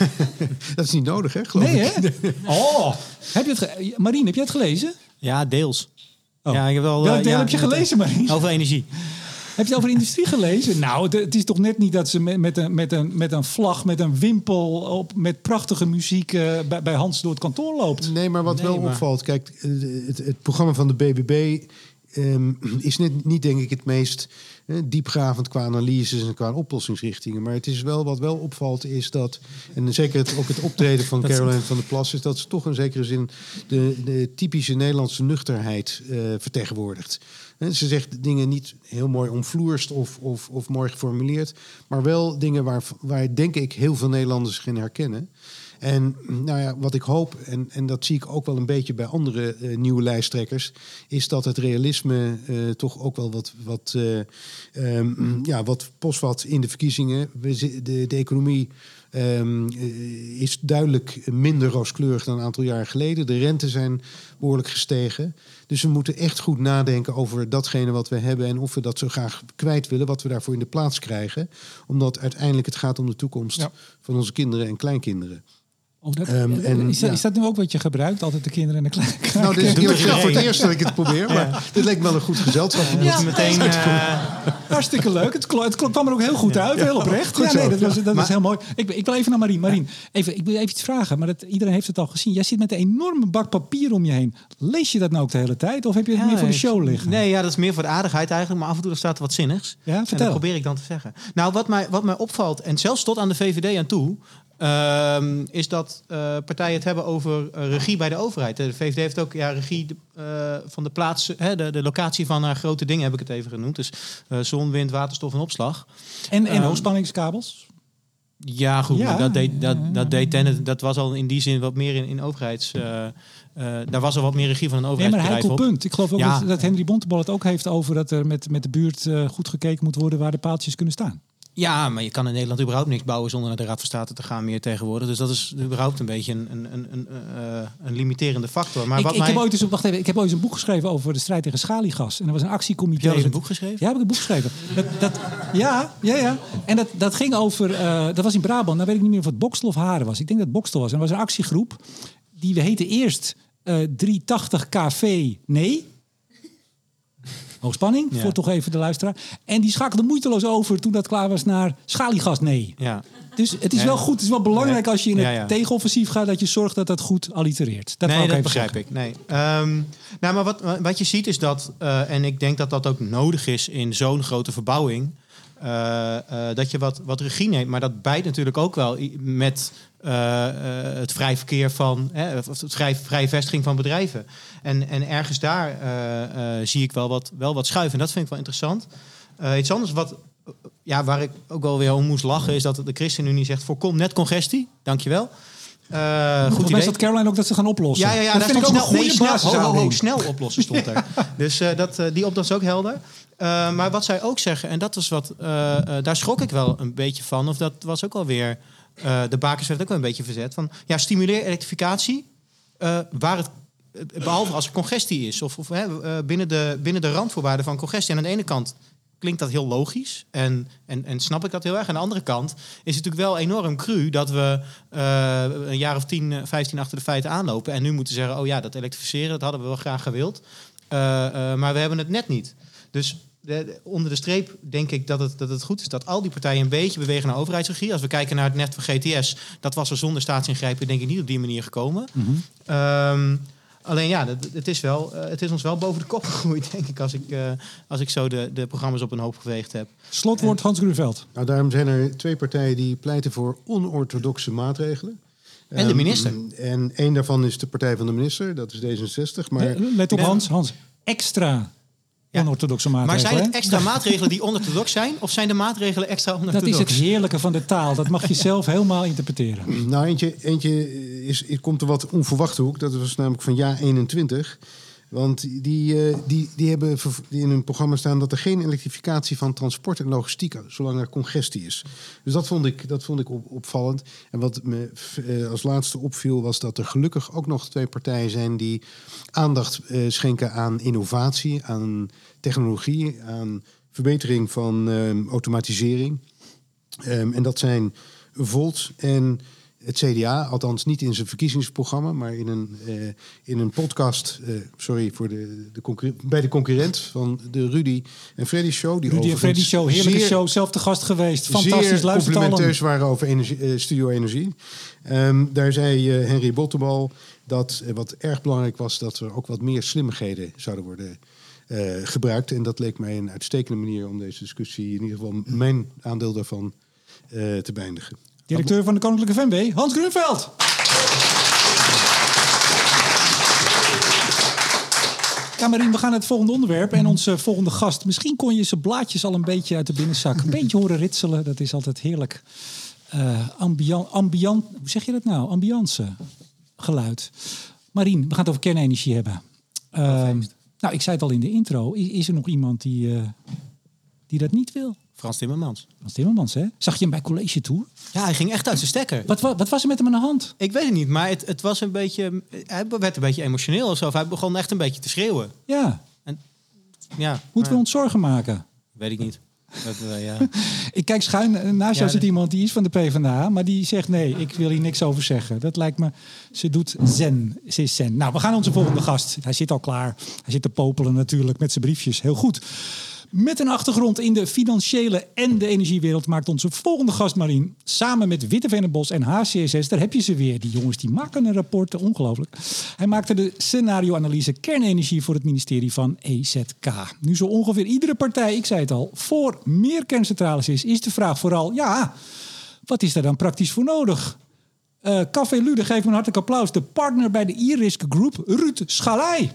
Dat is niet nodig, hè? Geloof nee, ik. hè? Oh, heb je het ge- Marien, heb je het gelezen? Ja, deels. Oh. Ja, ik heb wel. Welk uh, deel ja, heb je gelezen, Marien? Over energie. Heb je het over industrie gelezen? Nou, het, het is toch net niet dat ze met, met, een, met, een, met een vlag, met een wimpel, op, met prachtige muziek uh, bij, bij Hans door het kantoor loopt. Nee, maar wat Nee, wel maar... opvalt, kijk, het, het programma van de B B B um, is net, niet, denk ik, het meest uh, diepgravend qua analyses en qua oplossingsrichtingen. Maar het is wel, wat wel opvalt, is dat, en zeker het, ook het optreden van Caroline van der Plas, is dat ze toch in zekere zin de, de typische Nederlandse nuchterheid uh, vertegenwoordigt. En ze zegt dingen niet heel mooi omvloerst of, of, of mooi geformuleerd, maar wel dingen waar, waar denk ik heel veel Nederlanders zich in herkennen. En nou ja, wat ik hoop, en, en dat zie ik ook wel een beetje bij andere uh, nieuwe lijsttrekkers, is dat het realisme uh, toch ook wel wat, wat, uh, um, ja, wat postvat in de verkiezingen. De, de economie um, is duidelijk minder rooskleurig dan een aantal jaar geleden. De renten zijn behoorlijk gestegen. Dus we moeten echt goed nadenken over datgene wat we hebben en of we dat zo graag kwijt willen, wat we daarvoor in de plaats krijgen. Omdat uiteindelijk het gaat om de toekomst ja. van onze kinderen en kleinkinderen. Oh, dat, um, en, is, dat, ja. is dat nu ook wat je gebruikt? Altijd de kinderen en de kleine kinderen? Nou, dit is niet voor het eerst dat ik het probeer. Maar ja. dit leek me wel een goed gezelschap. Ja, ja, meteen, uh... Hartstikke leuk. Het, kl- het kwam er ook heel goed uit. Ja, heel oprecht. Ja, nee, dat was, dat maar, was heel mooi. Ik, ik wil even naar Marien. Marien, even, ik wil even iets vragen. Maar dat, iedereen heeft het al gezien. Jij zit met een enorme bak papier om je heen. Lees je dat nou ook de hele tijd? Of heb je het ja, meer voor de show liggen? Nee, ja, dat is meer voor de aardigheid eigenlijk. Maar af en toe staat er wat zinnigs. Ja, vertel. En dat probeer ik dan te zeggen. Nou, wat mij, wat mij opvalt, en zelfs tot aan de V V D aan toe, Uh, is dat uh, partijen het hebben over uh, regie bij de overheid. De V V D heeft ook ja, regie uh, van de plaats, hè, de, de locatie van uh, grote dingen heb ik het even genoemd. Dus uh, zon, wind, waterstof en opslag. En, en Um, hoogspanningskabels? Ja, goed. Ja, Maar dat deed, dat, ja, ja. dat deed Tennet, dat was al in die zin wat meer in, in overheids... Uh, uh, daar was al wat meer regie van een Nee, maar overheidsbedrijf heikel op. punt. Ik geloof ook Ja. dat, dat Henry Bontebal het ook heeft over dat er met, met de buurt uh, goed gekeken moet worden waar de paaltjes kunnen staan. Ja, maar je kan in Nederland überhaupt niks bouwen zonder naar de Raad van State te gaan meer tegenwoordig. Dus dat is überhaupt een beetje een, een, een, een, uh, een limiterende factor. Maar ik, wat ik, mij... heb ooit eens, wacht even, ik heb ooit eens een boek geschreven over de strijd tegen schaliegas. En er was een actiecomité. Heb je al eens een boek geschreven? Ja, heb ik een boek geschreven. Dat, dat, ja, ja, ja. En dat, dat ging over, uh, dat was in Brabant. Nou weet ik niet meer of het Bokstel of Haren was. Ik denk dat het Bokstel was. En er was een actiegroep. Die heette eerst uh, driehonderdtachtig K V nee. Hoogspanning, Ja. voor toch even de luisteraar. En die schakelde moeiteloos over toen dat klaar was naar schaliegas nee. Ja. Dus het is Ja. wel goed, het is wel belangrijk als je in het Ja, ja. tegenoffensief gaat... dat je zorgt dat dat goed allitereert. Dat wou nee, ik dat even begrijp zeggen. ik. Nee. Um, nou, maar wat, wat je ziet is dat, uh, en ik denk dat dat ook nodig is in zo'n grote verbouwing... Uh, uh, dat je wat, wat regie neemt. Maar dat bijt natuurlijk ook wel i- met uh, uh, het vrij verkeer van... Hè, of het vrij, vrije vestiging van bedrijven. En, en ergens daar uh, uh, zie ik wel wat, wel wat schuiven. En dat vind ik wel interessant. Uh, iets anders wat, uh, ja, waar ik ook wel weer om moest lachen... is dat de ChristenUnie zegt, voorkom net congestie. Dankjewel. Uh, goed Volgens mij idee. zat Caroline ook dat ze gaan oplossen. Ja, ja, ja, dat daar vind ik ook stond een goede snel, nee, snel, ho, ho, ho, basisaanweging. snel oplossen stond er. Dus uh, dat, uh, die opdracht is ook helder. Uh, maar wat zij ook zeggen, en dat is wat, uh, uh, daar schrok ik wel een beetje van, of dat was ook alweer, uh, de bakers werd ook wel een beetje verzet, van ja, stimuleer elektrificatie, uh, waar het, behalve als er congestie is, of, of uh, binnen, de, binnen de randvoorwaarden van congestie. En aan de ene kant klinkt dat heel logisch en, en, en snap ik dat heel erg. Aan de andere kant is het natuurlijk wel enorm cru dat we uh, een jaar of tien, vijftien achter de feiten aanlopen en nu moeten zeggen, oh ja, dat elektrificeren, dat hadden we wel graag gewild. Uh, uh, maar we hebben het net niet. Dus de, de, onder de streep denk ik dat het, dat het goed is dat al die partijen een beetje bewegen naar overheidsregie. Als we kijken naar het net van G T S, dat was er zonder staatsingrijpen denk ik niet op die manier gekomen. Mm-hmm. Um, alleen ja, het, het, is wel, uh, het is ons wel boven de kop gegroeid, denk ik, als ik, uh, als ik zo de, de programma's op een hoop geveegd heb. Slotwoord Hans Grunveld. Nou, daarom zijn er twee partijen die pleiten voor onorthodoxe maatregelen. En de Um, minister. En één daarvan is de partij van de minister, dat is D zesenzestig. Maar Eh, Let op Ja. Hans, Hans. Extra Ja. onorthodoxe Maar maatregelen. zijn het hè? extra maatregelen die onorthodox zijn, of zijn de maatregelen extra Dat onorthodox? is het heerlijke van de taal. Dat mag je zelf helemaal interpreteren. Nou, eentje, eentje is, is, komt er wat onverwachte hoek. Dat was namelijk van Ja eenentwintig. Want die, uh, die, die hebben ver- die in hun programma staan dat er geen elektrificatie van transport en logistiek, zolang er congestie is. Dus dat vond ik, dat vond ik op, opvallend. En wat me uh, als laatste opviel was dat er gelukkig ook nog twee partijen zijn die aandacht uh, schenken aan innovatie, aan technologie, aan verbetering van uh, automatisering. Um, en dat zijn Volt en het C D A, althans niet in zijn verkiezingsprogramma, maar in een, uh, in een podcast, uh, sorry voor de, de concurre- bij de concurrent van de Rudy en Freddy Show. Die Rudy en overigens Freddy Show, heerlijke zeer- show. Zelf te gast geweest. Fantastisch, zeer luistert complimenteus allen. waren over energie, uh, Studio Energie. Um, daar zei uh, Henry Bontebal dat uh, wat erg belangrijk was, dat er ook wat meer slimmigheden zouden worden uh, gebruikt. En dat leek mij een uitstekende manier om deze discussie, in ieder geval mijn aandeel daarvan, uh, te beëindigen. Directeur van de Koninklijke F N B, Hans Grunveld. Ja, Marien, we gaan naar het volgende onderwerp. En onze volgende gast. Misschien kon je zijn blaadjes al een beetje uit de binnenzak. Een beetje horen ritselen. Dat is altijd heerlijk. Uh, ambiant, ambiant, hoe zeg je dat nou? Ambiance geluid. Marien, we gaan het over kernenergie hebben. Uh, nou, ik zei het al in de intro. Is, is er nog iemand die, uh, die dat niet wil? Frans Timmermans. Frans Timmermans, hè? Zag je hem bij College Tour? Ja, hij ging echt uit zijn stekker. Wat, wat, wat was er met hem aan de hand? Ik weet het niet, maar het, het was een beetje... Hij werd een beetje emotioneel of zo. Of hij begon echt een beetje te schreeuwen. Ja, Ja, moeten maar- we ons zorgen maken? Weet ik niet. Dat, uh, ja. Ik kijk schuin, naast jou Ja, zit de- iemand die is van de PvdA, maar die zegt nee, ik wil hier niks over zeggen. Dat lijkt me, ze doet zen. Ze is zen. Nou, we gaan onze volgende gast. Hij zit al klaar. Hij zit te popelen natuurlijk met zijn briefjes. Heel goed. Met een achtergrond in de financiële en de energiewereld maakt onze volgende gast Marien samen met Witte Vennebos en H C S S, daar heb je ze weer. Die jongens die maken een rapport, ongelooflijk. Hij maakte de scenario-analyse kernenergie voor het ministerie van E Z K. Nu zo ongeveer iedere partij, ik zei het al, voor meer kerncentrales is, is de vraag vooral, ja, wat is daar dan praktisch voor nodig? Uh, Café Lude, geef me een hartelijk applaus. De partner bij de E-Risk Group, Ruud Schalij.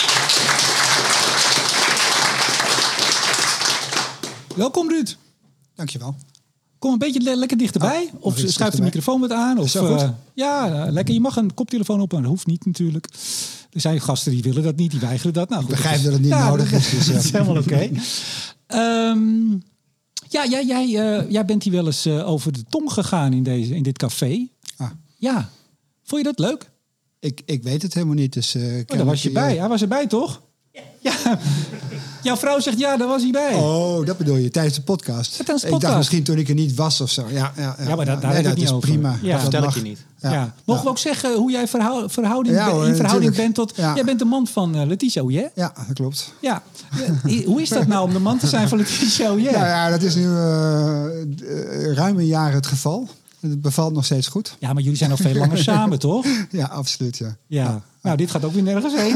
Welkom, Ruud. Dankjewel. Kom een beetje le- lekker dichterbij. Oh, of schuif de microfoon wat aan. Of, is dat goed? Uh, ja, uh, lekker. Je mag een koptelefoon op, maar dat hoeft niet natuurlijk. Er zijn gasten die willen dat niet, die weigeren dat. Nou, goed, Ik begrijp dat, is, dat het niet ja, nodig dat, is. Dus, dat ja. is helemaal oké. Okay. um, ja, jij, jij, uh, jij bent hier wel eens uh, over de tong gegaan in, deze, in dit café. Ah. Ja. Vond je dat leuk? Ik, ik weet het helemaal niet. Dus, uh, oh, daar was je bij. Hij was erbij, toch? Ja. ja. Jouw vrouw zegt ja, daar was hij bij. Oh, dat bedoel je, tijdens de podcast. Ja, tijdens de ik podcast. dacht misschien toen ik er niet was of zo. Ja, ja, ja. ja maar daar, daar nee, heb ik dat niet is over. prima. Ja. Dat vertel mag. ik je niet. Ja. Ja. Mogen ja. we ook zeggen hoe jij verhou- verhouding ja, ben, hoor, in verhouding natuurlijk. bent tot... Ja. Jij bent de man van uh, Letitia Ouillet. Ja, dat klopt. Ja. Hoe is dat nou om de man te zijn van Letitia Ouillet? Nou ja, dat is nu uh, uh, ruim een jaar het geval. Het bevalt nog steeds goed. Ja, maar jullie zijn al veel langer samen, toch? Ja, absoluut, ja. Ja. ja. Nou, dit gaat ook weer nergens heen.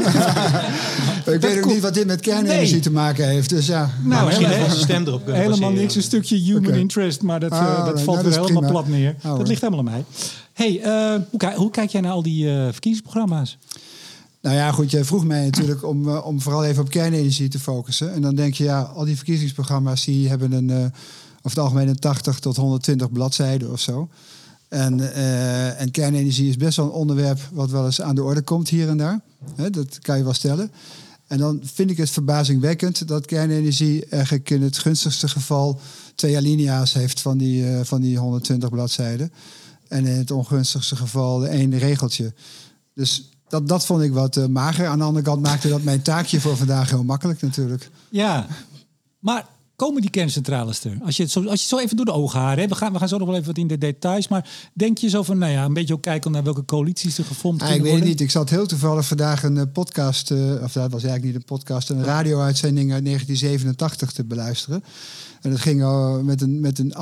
Ik weet ook komt... niet wat dit met kernenergie nee. te maken heeft. Dus ja. Nou, nou misschien hele, onze stem erop kunnen helemaal baseren. niks, een stukje human okay. interest. Maar dat, uh, oh, dat valt nou, weer helemaal prima. plat neer. Oh, dat ligt helemaal aan mij. Hey, uh, hoe, hoe kijk jij naar al die uh, verkiezingsprogramma's? Nou ja, goed, jij vroeg mij natuurlijk om, uh, om vooral even op kernenergie te focussen. En dan denk je, ja, al die verkiezingsprogramma's die hebben een, uh, over het algemeen een tachtig tot honderdtwintig bladzijden of zo. En, uh, en kernenergie is best wel een onderwerp wat wel eens aan de orde komt hier en daar. He, dat kan je wel stellen. En dan vind ik het verbazingwekkend dat kernenergie eigenlijk in het gunstigste geval twee alinea's heeft van die, uh, van die honderdtwintig bladzijden. En in het ongunstigste geval één regeltje. Dus dat, dat vond ik wat uh, mager. Aan de andere kant maakte dat mijn taakje voor vandaag heel makkelijk natuurlijk. Ja, maar komen die kerncentrales er? Als je het zo, als je het zo even door de ogen haren, hè? We, gaan, we gaan zo nog wel even wat in de details. Maar denk je zo van, nou ja, een beetje ook kijken naar welke coalities er gevormd ah, kunnen ik weet worden? het niet. Ik zat heel toevallig vandaag een uh, podcast, uh, of dat was eigenlijk niet een podcast, een radio-uitzending uit negentien zevenentachtig te beluisteren. En dat ging uh, met een, met een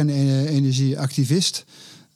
anti-kernenergie-activist.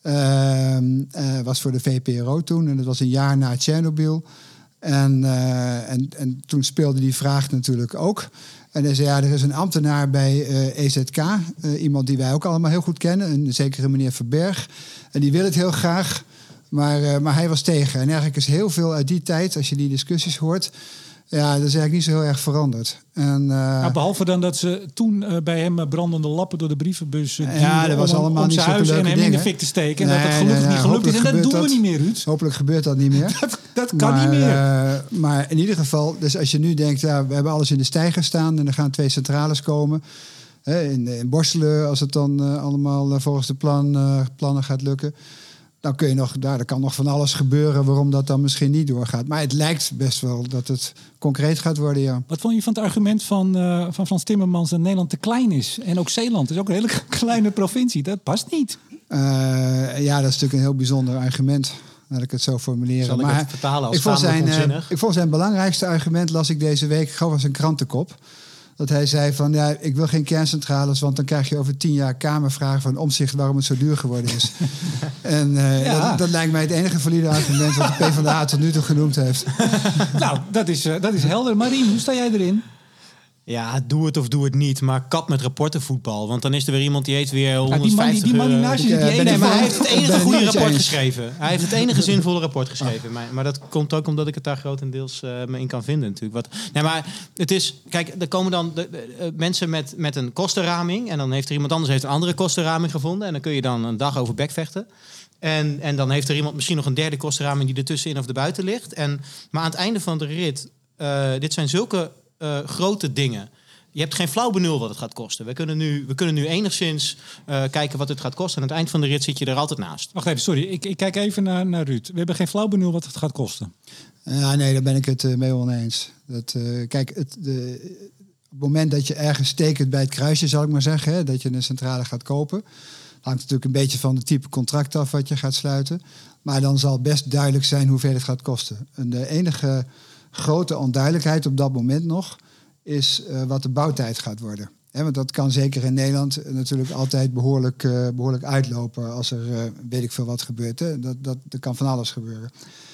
Uh, uh, was voor de V P R O toen. En dat was een jaar na Tsjernobyl. En, uh, en, en toen speelde die vraag natuurlijk ook. En hij zei, ja, er is een ambtenaar bij uh, E Z K. Uh, iemand die wij ook allemaal heel goed kennen. Een zekere meneer Verberg. En die wil het heel graag. Maar, uh, maar hij was tegen. En eigenlijk is heel veel uit die tijd, als je die discussies hoort, ja, dat is eigenlijk niet zo heel erg veranderd. En, uh, ja, behalve dan dat ze toen uh, bij hem brandende lappen door de brievenbus uh, ja, dat was om, allemaal om niet zijn huis en hem dingen. in de fik te steken. En nee, dat dat gelukkig nee, nee, niet gelukt is. En dat doen dat, we niet meer, Ruud. Hopelijk gebeurt dat niet meer. dat, dat kan maar, niet meer. Uh, maar in ieder geval, dus als je nu denkt, ja, we hebben alles in de steiger staan en er gaan twee centrales komen. Hè, in, in Borselen, als het dan uh, allemaal uh, volgens de plan, uh, plannen gaat lukken. Dan kun je nog, daar, er kan nog van alles gebeuren waarom dat dan misschien niet doorgaat. Maar het lijkt best wel dat het concreet gaat worden, ja. Wat vond je van het argument van, uh, van Frans Timmermans dat Nederland te klein is? En ook Zeeland is ook een hele kleine provincie. Dat past niet. Uh, ja, dat is natuurlijk een heel bijzonder argument. Laat ik het zo formuleren. Zal ik maar het vertalen als ik vond zijn, uh, ik vond zijn belangrijkste argument, las ik deze week, gewoon als een krantenkop. Dat hij zei van, ja, ik wil geen kerncentrales, want dan krijg je over tien jaar Kamervragen van Omtzigt waarom het zo duur geworden is. en uh, ja. dat, dat lijkt mij het enige valide argument wat de PvdA tot nu toe genoemd heeft. Nou, dat is, uh, dat is helder. Marien, hoe sta jij erin? Ja, doe het of doe het niet, maar kap met rapportenvoetbal. Want dan is er weer iemand die heeft weer honderdvijftig... Ja, die man die, die man die naast je zit, die ene... Nee, maar hij heeft het enige goede rapport geschreven. Hij heeft het enige zinvolle rapport geschreven. Maar, maar dat komt ook omdat ik het daar grotendeels uh, me in kan vinden natuurlijk. Wat, nee, maar het is... Kijk, er komen dan de, de, de, mensen met, met een kostenraming. En dan heeft er iemand anders heeft een andere kostenraming gevonden. En dan kun je dan een dag over bekvechten. En, en dan heeft er iemand misschien nog een derde kostenraming die ertussenin of erbuiten ligt. En, maar aan het einde van de rit... Uh, dit zijn zulke... Uh, grote dingen. Je hebt geen flauw benul wat het gaat kosten. We kunnen nu, we kunnen nu enigszins uh, kijken wat het gaat kosten. En aan het eind van de rit zit je er altijd naast. Wacht even, sorry. Ik, ik kijk even naar, naar Ruud. We hebben geen flauw benul wat het gaat kosten. Ja, nee, daar ben ik het uh, mee oneens. Dat, uh, kijk, het, de, op het moment dat je ergens tekent bij het kruisje, zal ik maar zeggen, hè, dat je een centrale gaat kopen, hangt natuurlijk een beetje van het type contract af wat je gaat sluiten. Maar dan zal best duidelijk zijn hoeveel het gaat kosten. En de enige grote onduidelijkheid op dat moment nog is uh, wat de bouwtijd gaat worden. He, want dat kan zeker in Nederland natuurlijk altijd behoorlijk, uh, behoorlijk uitlopen als er uh, weet ik veel wat gebeurt. Hè. Dat, dat, er kan van alles gebeuren.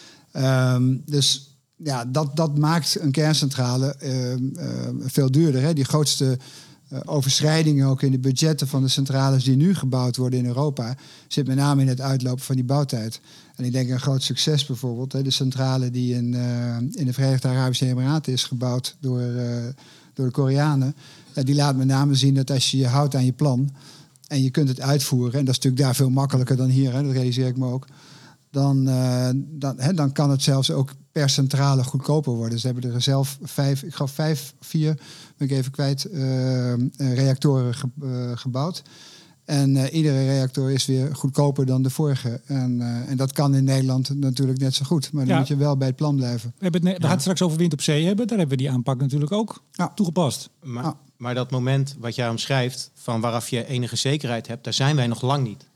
Um, dus ja, dat, dat maakt een kerncentrale uh, uh, veel duurder. Hè. Die grootste uh, overschrijdingen ook in de budgetten van de centrales die nu gebouwd worden in Europa, zit met name in het uitlopen van die bouwtijd. En ik denk een groot succes bijvoorbeeld, hè, de centrale die in, uh, in de Verenigde Arabische Emiraten is gebouwd door, uh, door de Koreanen. Ja, die laat met name zien dat als je je houdt aan je plan en je kunt het uitvoeren, en dat is natuurlijk daar veel makkelijker dan hier, hè, dat realiseer ik me ook, dan, uh, dan, hè, dan kan het zelfs ook per centrale goedkoper worden. Ze hebben er zelf vijf, ik geloof vijf, vier, ben ik even kwijt, uh, reactoren ge, uh, gebouwd. En uh, iedere reactor is weer goedkoper dan de vorige. En, uh, en dat kan in Nederland natuurlijk net zo goed. Maar dan Ja. moet je wel bij het plan blijven. We, hebben het, ne- we gaan het straks over wind op zee hebben. Daar hebben we die aanpak natuurlijk ook Ja. toegepast. Maar, Ah. maar dat moment wat jij omschrijft, van waaraf je enige zekerheid hebt, daar zijn wij nog lang niet.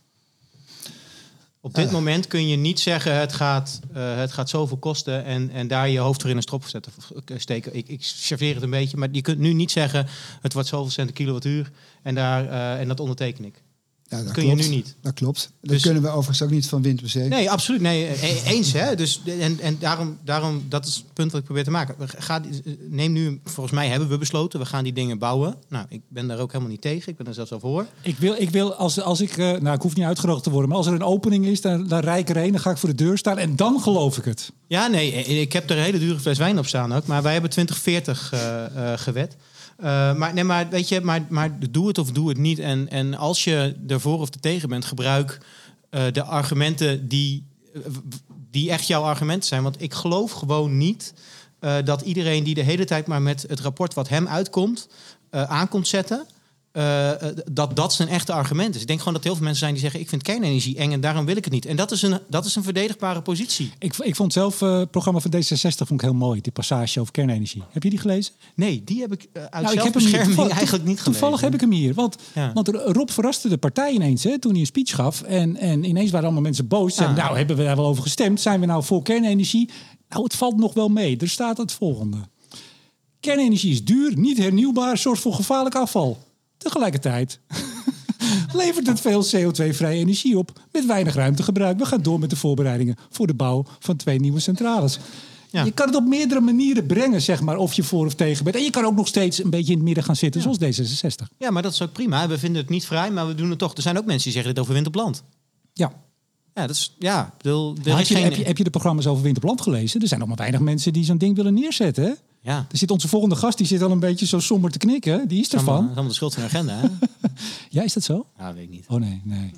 Op dit Uh. moment kun je niet zeggen, het gaat, uh, het gaat zoveel kosten en, en daar je hoofd voor in een strop zetten, of, uh, steken. Ik, ik serveer het een beetje, maar je kunt nu niet zeggen, het wordt zoveel cent een kilowattuur en, daar, uh, en dat onderteken ik. Ja, dat kun klopt. je nu niet. Dat klopt. Dat Dus- kunnen we overigens ook niet van wind op zee. Nee, absoluut. Nee, e- eens. Hè? Dus, en en daarom, daarom, dat is het punt dat ik probeer te maken. Ga, neem nu, volgens mij hebben we besloten, we gaan die dingen bouwen. Nou, ik ben daar ook helemaal niet tegen. Ik ben er zelfs al voor. Ik wil, ik wil als, als ik, uh, nou ik hoef niet uitgenodigd te worden, maar als er een opening is, dan, dan rij ik erheen, dan ga ik voor de deur staan en dan geloof ik het. Ja, nee, ik heb er een hele dure fles wijn op staan ook. Maar wij hebben twintig veertig uh, uh, gewet. Uh, maar, nee, maar weet je, maar, maar doe het of doe het niet. En, en als je ervoor of er tegen bent, gebruik uh, de argumenten die, uh, die echt jouw argumenten zijn. Want ik geloof gewoon niet uh, dat iedereen die de hele tijd maar met het rapport wat hem uitkomt, uh, aankomt zetten, Uh, dat dat zijn echte argument is. Ik denk gewoon dat heel veel mensen zijn die zeggen, ik vind kernenergie eng en daarom wil ik het niet. En dat is een, dat is een verdedigbare positie. Ik, ik vond zelf uh, het programma van D zesenzestig vond ik heel mooi, die passage over kernenergie. Heb je die gelezen? Nee, die heb ik uh, uit Nou, ik heb hem hier zelfbescherming toevallig- eigenlijk niet gelezen. Toevallig heb ik hem hier. Want, Ja. want Rob verraste de partij ineens hè, toen hij een speech gaf. En, en ineens waren allemaal mensen boos. En, Ah. nou, hebben we daar wel over gestemd? Zijn we nou voor kernenergie? Nou, het valt nog wel mee. Er staat het volgende. Kernenergie is duur, niet hernieuwbaar, zorgt voor gevaarlijk afval. Tegelijkertijd levert het veel C O twee vrije energie op met weinig ruimtegebruik. We gaan door met de voorbereidingen voor de bouw van twee nieuwe centrales. Ja. Je kan het op meerdere manieren brengen, zeg maar, of je voor of tegen bent. En je kan ook nog steeds een beetje in het midden gaan zitten, zoals D zesenzestig. Ja, maar dat is ook prima. We vinden het niet vrij, maar we doen het toch. Er zijn ook mensen die zeggen dit over wind op land. Ja. Ja, dat is, ja, ik bedoel, er Maar is heb, je, geen... heb, je, heb je de programma's over wind op land gelezen? Er zijn nog maar weinig mensen die zo'n ding willen neerzetten. Hè? Ja, Er zit onze volgende gast, die zit al een beetje zo somber te knikken. Die is dat is allemaal, ervan. dat is allemaal de schuld van de agenda, hè? Ja, is dat zo? Ja, weet ik niet. Oh nee, nee.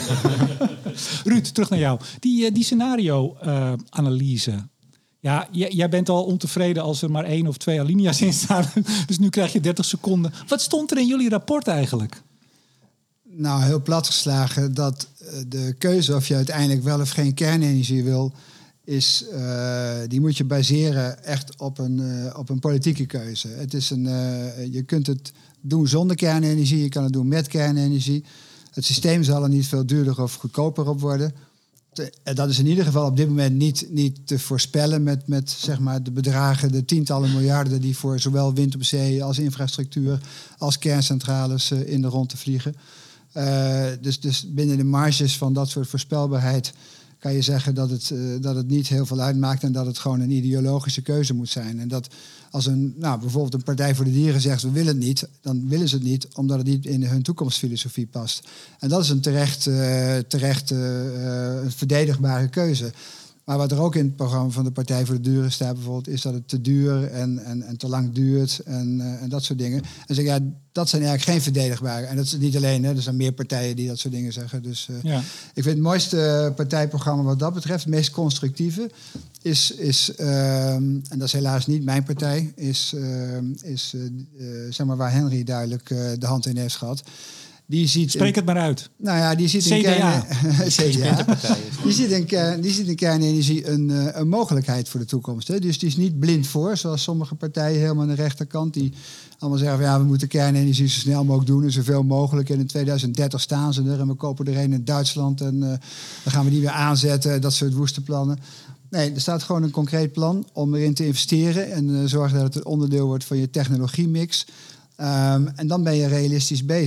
Ruud, terug naar jou. Die, uh, die scenario-analyse. ja, j- jij bent al ontevreden als er maar één of twee alinea's in staan. Dus nu krijg je dertig seconden. Wat stond er in jullie rapport eigenlijk? Nou, heel platgeslagen dat uh, de keuze of je uiteindelijk wel of geen kernenergie wil, is, uh, die moet je baseren echt op een, uh, op een politieke keuze. Het is een, uh, je kunt het doen zonder kernenergie, je kan het doen met kernenergie. Het systeem zal er niet veel duurder of goedkoper op worden. Te, dat is in ieder geval op dit moment niet, niet te voorspellen met, met zeg maar de bedragen, de tientallen miljarden die voor zowel wind op zee als infrastructuur als kerncentrales uh, in de rondte vliegen. Uh, dus, dus binnen de marges van dat soort voorspelbaarheid kan je zeggen dat het, uh, dat het niet heel veel uitmaakt en dat het gewoon een ideologische keuze moet zijn. En dat als een, nou, bijvoorbeeld een Partij voor de Dieren zegt we willen het niet, dan willen ze het niet omdat het niet in hun toekomstfilosofie past. En dat is een terecht, uh, terecht uh, uh, verdedigbare keuze. Maar wat er ook in het programma van de Partij voor de Dieren staat bijvoorbeeld, is dat het te duur en, en, en te lang duurt en, uh, en dat soort dingen. En zeg ja, dat zijn eigenlijk geen verdedigbare. En dat is niet alleen, hè, er zijn meer partijen die dat soort dingen zeggen. Dus uh, ja. Ik vind het mooiste partijprogramma wat dat betreft, het meest constructieve, is, is uh, en dat is helaas niet mijn partij, is, uh, is uh, uh, zeg maar waar Henry duidelijk uh, de hand in heeft gehad. Die ziet Spreek een, het maar uit. Nou ja, die ziet C D A. in kern, C D A. Die ziet in kern, die ziet in kernenergie een, uh, een mogelijkheid voor de toekomst. Hè. Dus die is niet blind voor, zoals sommige partijen helemaal aan de rechterkant die allemaal zeggen van, ja, we moeten kernenergie zo snel mogelijk doen en zoveel mogelijk. En in tweeduizend dertig staan ze er en we kopen er een in Duitsland en uh, dan gaan we die weer aanzetten. Dat soort woeste plannen. Nee, er staat gewoon een concreet plan om erin te investeren en uh, zorgen dat het een onderdeel wordt van je technologiemix. Um, en dan ben je realistisch bezig.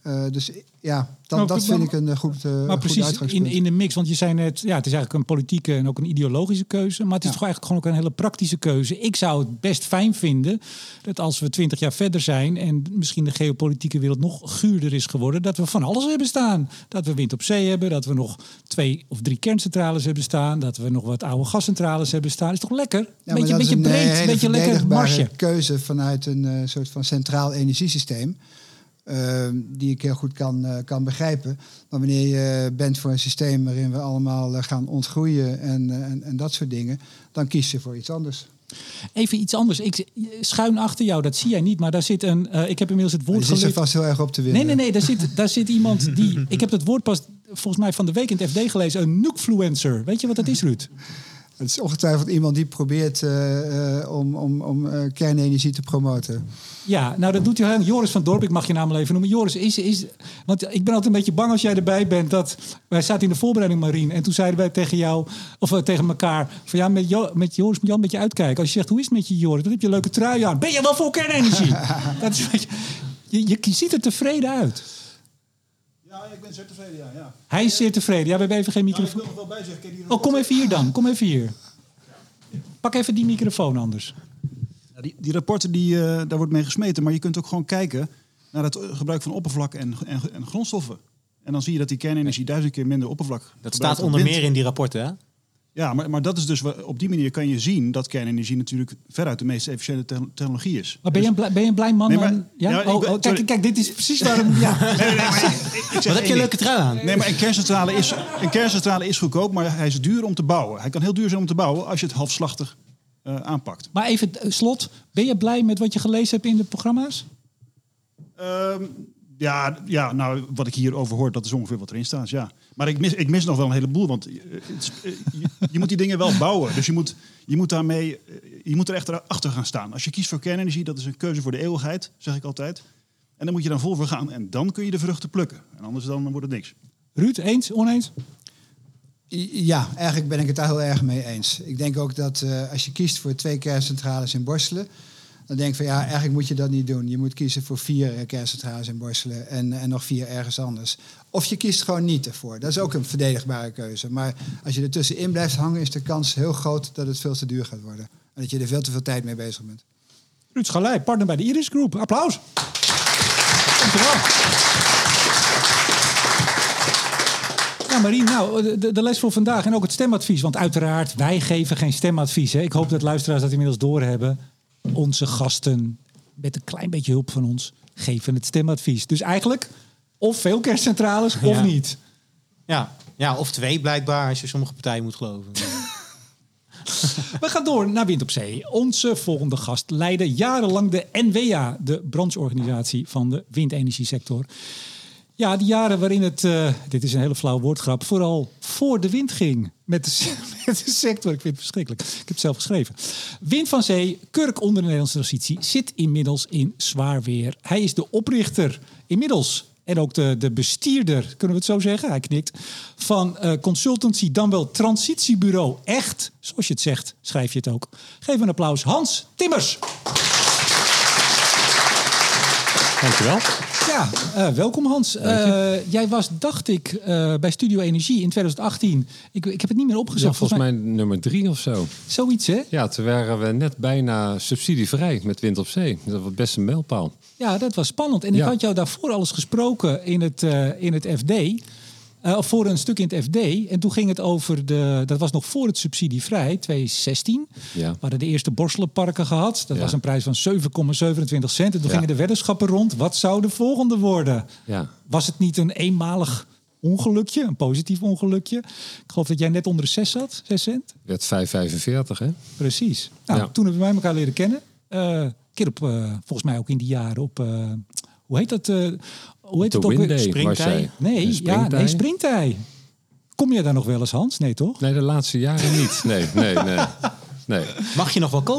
Uh, dus ja, dan, nou, dat vind ik een uh, goed, uh, maar goed precies uitgangspunt. in, in de mix, want je zei net, ja, het is eigenlijk een politieke en ook een ideologische keuze. Maar het is ja. toch eigenlijk gewoon ook een hele praktische keuze. Ik zou het best fijn vinden dat als we twintig jaar verder zijn en misschien de geopolitieke wereld nog guurder is geworden, dat we van alles hebben staan. Dat we wind op zee hebben, dat we nog twee of drie kerncentrales hebben staan, dat we nog wat oude gascentrales hebben staan. Is toch lekker? Een ja, beetje, dat beetje is een breed, een beetje lekker marsje. Keuze vanuit een uh, soort van centraal energiesysteem. Uh, die ik heel goed kan, uh, kan begrijpen. Maar wanneer je bent voor een systeem waarin we allemaal uh, gaan ontgroeien en, uh, en, en dat soort dingen, dan kies je voor iets anders. Even iets anders. Ik schuin achter jou, dat zie jij niet, maar daar zit een. Uh, ik heb inmiddels het woord geleerd. Je zit er vast heel erg op te winnen. Nee, nee, nee. Daar zit, daar zit iemand die. Ik heb het woord pas volgens mij van de week in het F D gelezen. Een nukefluencer. Weet je wat dat is, Ruud? Het is ongetwijfeld iemand die probeert uh, uh, om, om, om uh, kernenergie te promoten. Ja, nou dat doet hij. Joris van Dorp, ik mag je naam wel even noemen. Joris, is, is, want ik ben altijd een beetje bang als jij erbij bent. Dat wij zaten in de voorbereiding, Marien. En toen zeiden wij tegen jou, of uh, tegen elkaar. Van ja, met, jo, met Joris moet je al een beetje uitkijken. Als je zegt, hoe is het met je, Joris? Dan heb je een leuke trui aan. Ben je wel voor kernenergie? Dat is een beetje, je, je, je ziet er tevreden uit. Ja, ik ben zeer tevreden, ja. ja. Hij is zeer tevreden. Ja, we hebben even geen microfoon. Ja, ik wil nog wel bijzeggen. Die oh, kom even hier dan. Kom even hier. Pak even die microfoon anders. Ja, die, die rapporten, die, uh, daar wordt mee gesmeten. Maar je kunt ook gewoon kijken naar het gebruik van oppervlak en, en, en grondstoffen. En dan zie je dat die kernenergie duizend keer minder oppervlak Dat staat onder meer in die rapporten, hè? Ja, maar, maar dat is dus op die manier kan je zien dat kernenergie natuurlijk veruit de meest efficiënte te- technologie is. Maar ben je een blij, ben je een blij man? Nee, maar, dan? Ja? ja, oh, ben, oh, kijk, kijk, dit is precies waarom. Ja. Nee, nee, maar ik, ik zeg Wat heb je een leuke trui aan? Nee, maar een kerncentrale, is, een kerncentrale is goedkoop, maar hij is duur om te bouwen. Hij kan heel duur zijn om te bouwen als je het halfslachtig uh, aanpakt. Maar even slot, ben je blij met wat je gelezen hebt in de programma's? Um, ja, ja, nou, wat ik hierover hoor, dat is ongeveer wat erin staat, ja. Maar ik mis, ik mis nog wel een heleboel, want uh, het, uh, je, je moet die dingen wel bouwen. Dus je moet, je moet daarmee, uh, je moet er echt achter gaan staan. Als je kiest voor kernenergie, dat is een keuze voor de eeuwigheid, zeg ik altijd. En dan moet je dan vol voor gaan en dan kun je de vruchten plukken. En anders dan wordt het niks. Ruud, eens, oneens? Ja, eigenlijk ben ik het daar heel erg mee eens. Ik denk ook dat uh, als je kiest voor twee kerncentrales in Borselen, dan denk ik van ja, eigenlijk moet je dat niet doen. Je moet kiezen voor vier uh, kerncentrales in Borselen en, en nog vier ergens anders. Of je kiest gewoon niet ervoor. Dat is ook een verdedigbare keuze. Maar als je er tussenin blijft hangen, is de kans heel groot dat het veel te duur gaat worden. En dat je er veel te veel tijd mee bezig bent. Ruud Schalij, partner bij de Iris Group. Applaus. Dankjewel. Ja, Marien, nou, de, de les voor vandaag en ook het stemadvies. Want uiteraard, wij geven geen stemadvies. Hè. Ik hoop dat luisteraars dat inmiddels doorhebben. Onze gasten, met een klein beetje hulp van ons, geven het stemadvies. Dus eigenlijk, of veel kerncentrales, of ja. niet. Ja. ja, of twee blijkbaar, als je sommige partijen moet geloven. We gaan door naar Wind op Zee. Onze volgende gast leidde jarenlang de N W A, de brancheorganisatie van de windenergiesector. Ja, die jaren waarin het, uh, dit is een hele flauwe woordgrap, vooral voor de wind ging met de, met de sector. Ik vind het verschrikkelijk. Ik heb het zelf geschreven. Wind van Zee, kurk onder de Nederlandse transitie, zit inmiddels in zwaar weer. Hij is de oprichter inmiddels en ook de, de bestierder, kunnen we het zo zeggen? Hij knikt. Van uh, consultancy, dan wel transitiebureau. Echt, zoals je het zegt, schrijf je het ook. Geef een applaus. Hans Timmers. Dankjewel. Ja, uh, welkom Hans. Uh, jij was, dacht ik, uh, bij Studio Energie in twintig achttien. Ik, ik heb het niet meer opgezocht. Ja, volgens mij nummer drie of zo. Zoiets, hè? Ja, toen waren we net bijna subsidievrij met Wind op Zee. Dat was best een mijlpaal. Ja, dat was spannend. En ja. ik had jou daarvoor alles gesproken in het, uh, in het F D. Uh, of voor een stuk in het F D. En toen ging het over de... Dat was nog voor het subsidievrij, twintig zestien. Ja. We hadden de eerste Borselenparken gehad. Dat ja. was een prijs van zeven komma zevenentwintig cent. En toen ja. gingen de weddenschappen rond. Wat zou de volgende worden? Ja. Was het niet een eenmalig ongelukje? Een positief ongelukje? Ik geloof dat jij net onder de zes zat. zes cent? werd vijf komma vijfenveertig, hè? Precies. Nou, ja. Toen hebben wij elkaar leren kennen. Uh, een keer op, uh, volgens mij ook in die jaren op... Uh, hoe heet dat? Uh, hoe heet de het ook? Winday, Springtij? Nee, ja, nee, Springtij. Kom je daar nog wel eens, Hans? Nee, toch? Nee, de laatste jaren niet. Nee, nee, nee. nee. Mag je nog wel komen?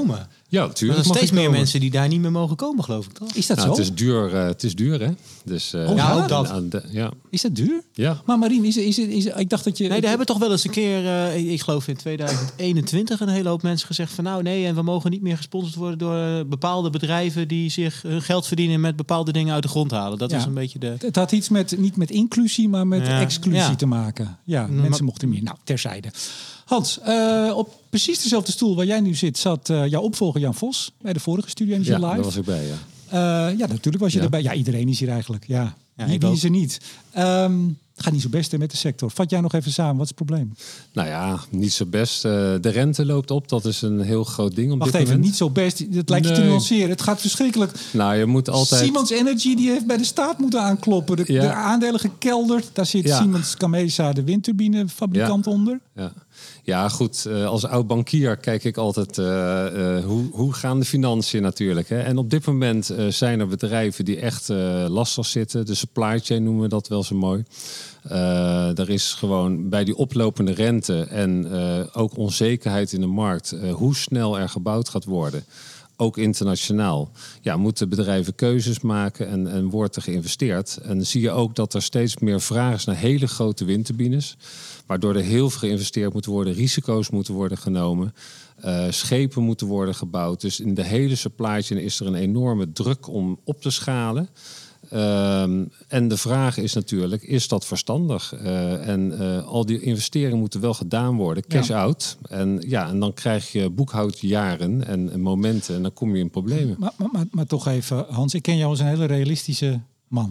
Ja, Maar natuurlijk. er zijn mag steeds je meer komen. mensen die daar niet meer mogen komen, geloof ik toch? Is dat Nou, zo? het is duur, uh, het is duur, hè? Dus, uh, Oh, ja, ook dat. nou, de- ja. Is dat duur? Ja. Maar Marien, is, is, is, ik dacht dat je... Nee, daar hebben toch wel eens een keer, uh, ik geloof in tweeduizend eenentwintig, een hele hoop mensen gezegd van nou nee, en we mogen niet meer gesponsord worden door uh, bepaalde bedrijven die zich hun geld verdienen met bepaalde dingen uit de grond halen. Dat Ja. is een beetje de... Het had iets met, niet met inclusie, maar met Ja. exclusie Ja. te maken. Ja, maar- mensen mochten meer. Nou, terzijde. Hans, uh, op precies dezelfde stoel waar jij nu zit, zat uh, jouw opvolger Jan Vos bij de vorige Studio Energy Ja, Live. daar was ik bij, ja. Uh, ja, natuurlijk was je Ja. erbij. Ja, iedereen is hier eigenlijk. Ja, Ja, wie, ik wie ook. is er niet? Um, het gaat niet zo best hè, met de sector. Vat jij nog even samen, wat is het probleem? Nou ja, niet zo best. Uh, de rente loopt op, dat is een heel groot ding op Wacht dit even, moment. niet zo best. Dat lijkt je te Nee. nuanceren. Het gaat verschrikkelijk. Nou, je moet altijd... Siemens Energy die heeft bij de staat moeten aankloppen. De, Ja. de aandelen gekelderd. Daar zit Ja. Siemens Gamesa, de windturbinefabrikant, Ja. onder. Ja, ja goed. Uh, als oud bankier kijk ik altijd uh, uh, hoe, hoe gaan de financiën natuurlijk. Hè? En op dit moment uh, zijn er bedrijven die echt uh, lastig zitten. De supply chain noemen we dat wel zo mooi. Uh, er is gewoon bij die oplopende rente en uh, ook onzekerheid in de markt, uh, hoe snel er gebouwd gaat worden. Ook internationaal. Ja, moeten bedrijven keuzes maken en, en wordt er geïnvesteerd. En dan zie je ook dat er steeds meer vraag is naar hele grote windturbines. Waardoor er heel veel geïnvesteerd moet worden. Risico's moeten worden genomen. Uh, schepen moeten worden gebouwd. Dus in de hele supply chain is er een enorme druk om op te schalen. Um, en de vraag is natuurlijk, is dat verstandig? Uh, en uh, al die investeringen moeten wel gedaan worden, cash Ja. out. En, ja, en dan krijg je boekhoudjaren en, en momenten en dan kom je in problemen. Maar, maar, maar, maar toch even, Hans, ik ken jou als een hele realistische man.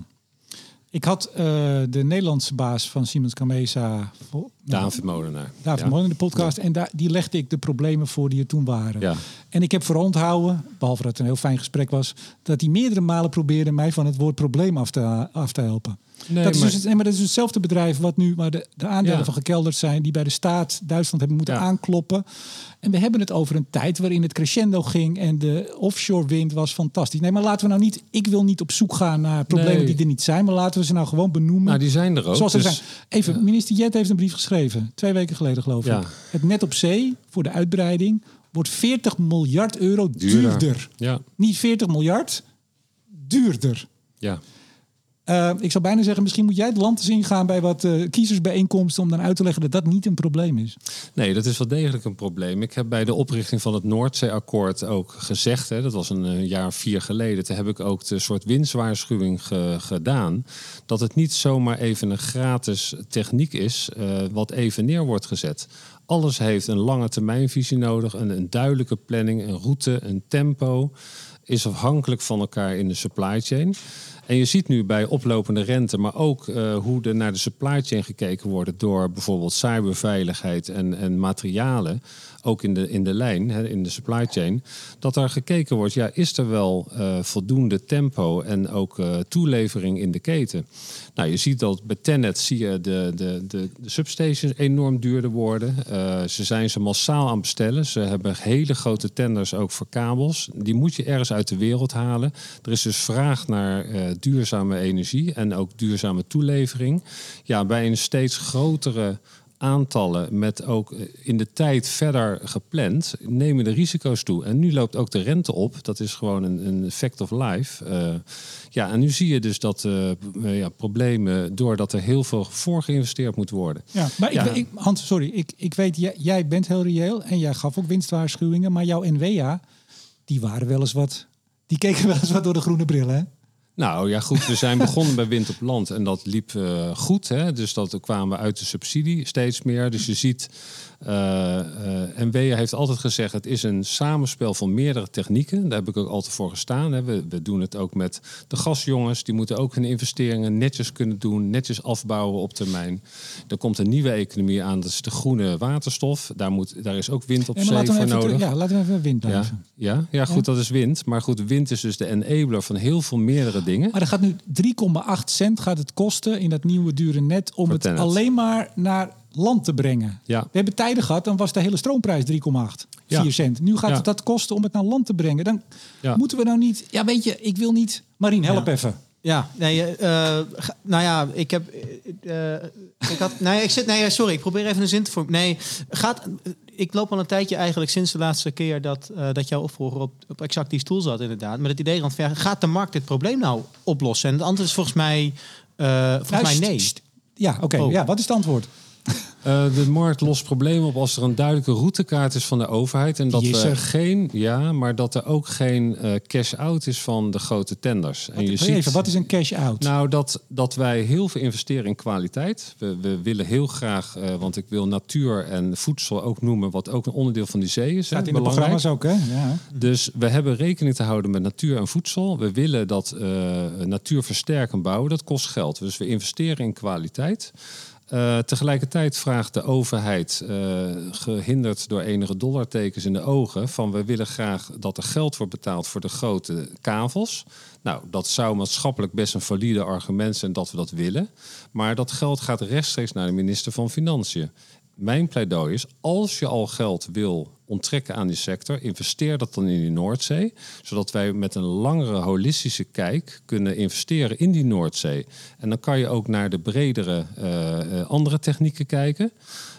Ik had uh, de Nederlandse baas van Siemens Gamesa, nou, David Molenaar. David Ja. Molenaar in de podcast. En daar, die legde ik de problemen voor die er toen waren. Ja. En ik heb vooral onthouden, behalve dat het een heel fijn gesprek was, dat hij meerdere malen probeerde mij van het woord probleem af te, af te helpen. Nee, dat, is maar- dus het, nee, maar dat is hetzelfde bedrijf wat nu, waar de, de aandelen Ja. van gekelderd zijn, die bij de staat Duitsland hebben moeten Ja. aankloppen. En we hebben het over een tijd waarin het crescendo ging en de offshore wind was fantastisch. Nee, maar laten we nou niet, ik wil niet op zoek gaan naar problemen Nee. die er niet zijn, maar laten we ze nou gewoon benoemen. Nou, die zijn er ook. Zoals ze dus- zijn. Even, minister Jet heeft een brief geschreven, twee weken geleden geloof ik. Ja. Het net op zee voor de uitbreiding wordt veertig miljard euro duurder. Duurder. Ja, Niet veertig miljard, duurder. ja. Uh, ik zou bijna zeggen, misschien moet jij het land eens ingaan bij wat uh, kiezersbijeenkomsten om dan uit te leggen dat dat niet een probleem is. Nee, dat is wel degelijk een probleem. Ik heb bij de oprichting van het Noordzeeakkoord ook gezegd, hè, dat was een, een jaar of vier geleden, toen heb ik ook de soort winstwaarschuwing ge, gedaan, dat het niet zomaar even een gratis techniek is uh, wat even neer wordt gezet. Alles heeft een lange termijnvisie nodig, een, een duidelijke planning, een route, een tempo, is afhankelijk van elkaar in de supply chain. En je ziet nu bij oplopende rente, maar ook uh, hoe er naar de supply chain gekeken wordt door bijvoorbeeld cyberveiligheid en, en materialen, ook in de, in de lijn, hè, in de supply chain, dat er gekeken wordt, ja, is er wel uh, voldoende tempo en ook uh, toelevering in de keten? Nou, je ziet dat bij Tennet zie je de, de, de, de substations enorm duurder worden. Uh, ze zijn ze massaal aan het bestellen. Ze hebben hele grote tenders ook voor kabels. Die moet je ergens uit de wereld halen. Er is dus vraag naar uh, duurzame energie en ook duurzame toelevering. Ja, bij een steeds grotere aantallen met ook in de tijd verder gepland, nemen de risico's toe. En nu loopt ook de rente op. Dat is gewoon een, een fact of life. Uh, ja, en nu zie je dus dat uh, ja, problemen, doordat er heel veel voor geïnvesteerd moet worden. Ja, maar Ja. Ik, ik, Hans, sorry, ik, ik weet, jij, jij bent heel reëel en jij gaf ook winstwaarschuwingen, maar jouw N W A, die waren wel eens wat, die keken wel eens wat door de groene bril, hè? Nou ja, goed, we zijn begonnen bij wind op land en dat liep uh, goed. Hè? Dus dat kwamen we uit de subsidie steeds meer. Dus je ziet, uh, uh, N W A heeft altijd gezegd, het is een samenspel van meerdere technieken. Daar heb ik ook altijd voor gestaan. Hè? We, we doen het ook met de gasjongens. Die moeten ook hun investeringen netjes kunnen doen, netjes afbouwen op termijn. Er komt een nieuwe economie aan, dat is de groene waterstof. Daar, moet, daar is ook wind op Ja, maar zee laten we voor even nodig. terug- ja, laten we even wind blijven. Ja, ja, ja, goed, Ja. dat is wind. Maar goed, wind is dus de enabler van heel veel meerdere dingen. Maar er gaat nu drie komma acht cent gaat het kosten in dat nieuwe dure net om Voor het Tennet. alleen maar naar land te brengen. Ja. We hebben tijden gehad, dan was de hele stroomprijs drie komma acht, Ja. vier cent. Nu gaat Ja. het dat kosten om het naar land te brengen. Dan Ja. moeten we nou niet... Ja, weet je, ik wil niet... Marien, help Ja. even. Ja, nee, uh, ga- nou ja, ik heb, uh, ik had, nee, ik zit, nee, sorry, ik probeer even een zin te vormen. Nee, gaat, ik loop al een tijdje eigenlijk sinds de laatste keer dat, uh, dat jouw opvolger op, op exact die stoel zat inderdaad. Met het idee van, ja, gaat de markt dit probleem nou oplossen? En het antwoord is volgens mij, uh, volgens Nou, mij nee. st- st- Ja, oké. Okay. Oh. Ja, wat is het antwoord? Uh, de markt lost problemen op als er een duidelijke routekaart is van de overheid. En dat Die is we er. geen, ja, maar dat er ook geen uh, cash-out is van de grote tenders. En Wat, je even, ziet, wat is een cash-out? Nou, dat, dat wij heel veel investeren in kwaliteit. We, we willen heel graag, uh, want ik wil natuur en voedsel ook noemen, wat ook een onderdeel van die zee is. Staat hè, in de belangrijk. programma's ook, hè? Ja. Dus we hebben rekening te houden met natuur en voedsel. We willen dat uh, natuur versterken bouwen. Dat kost geld. Dus we investeren in kwaliteit. Uh, tegelijkertijd vraagt de overheid, uh, gehinderd door enige dollartekens in de ogen, van we willen graag dat er geld wordt betaald voor de grote kavels. Nou, dat zou maatschappelijk best een valide argument zijn dat we dat willen. Maar dat geld gaat rechtstreeks naar de minister van Financiën. Mijn pleidooi is, als je al geld wil onttrekken aan die sector, investeer dat dan in die Noordzee, zodat wij met een langere holistische kijk kunnen investeren in die Noordzee. En dan kan je ook naar de bredere uh, andere technieken kijken.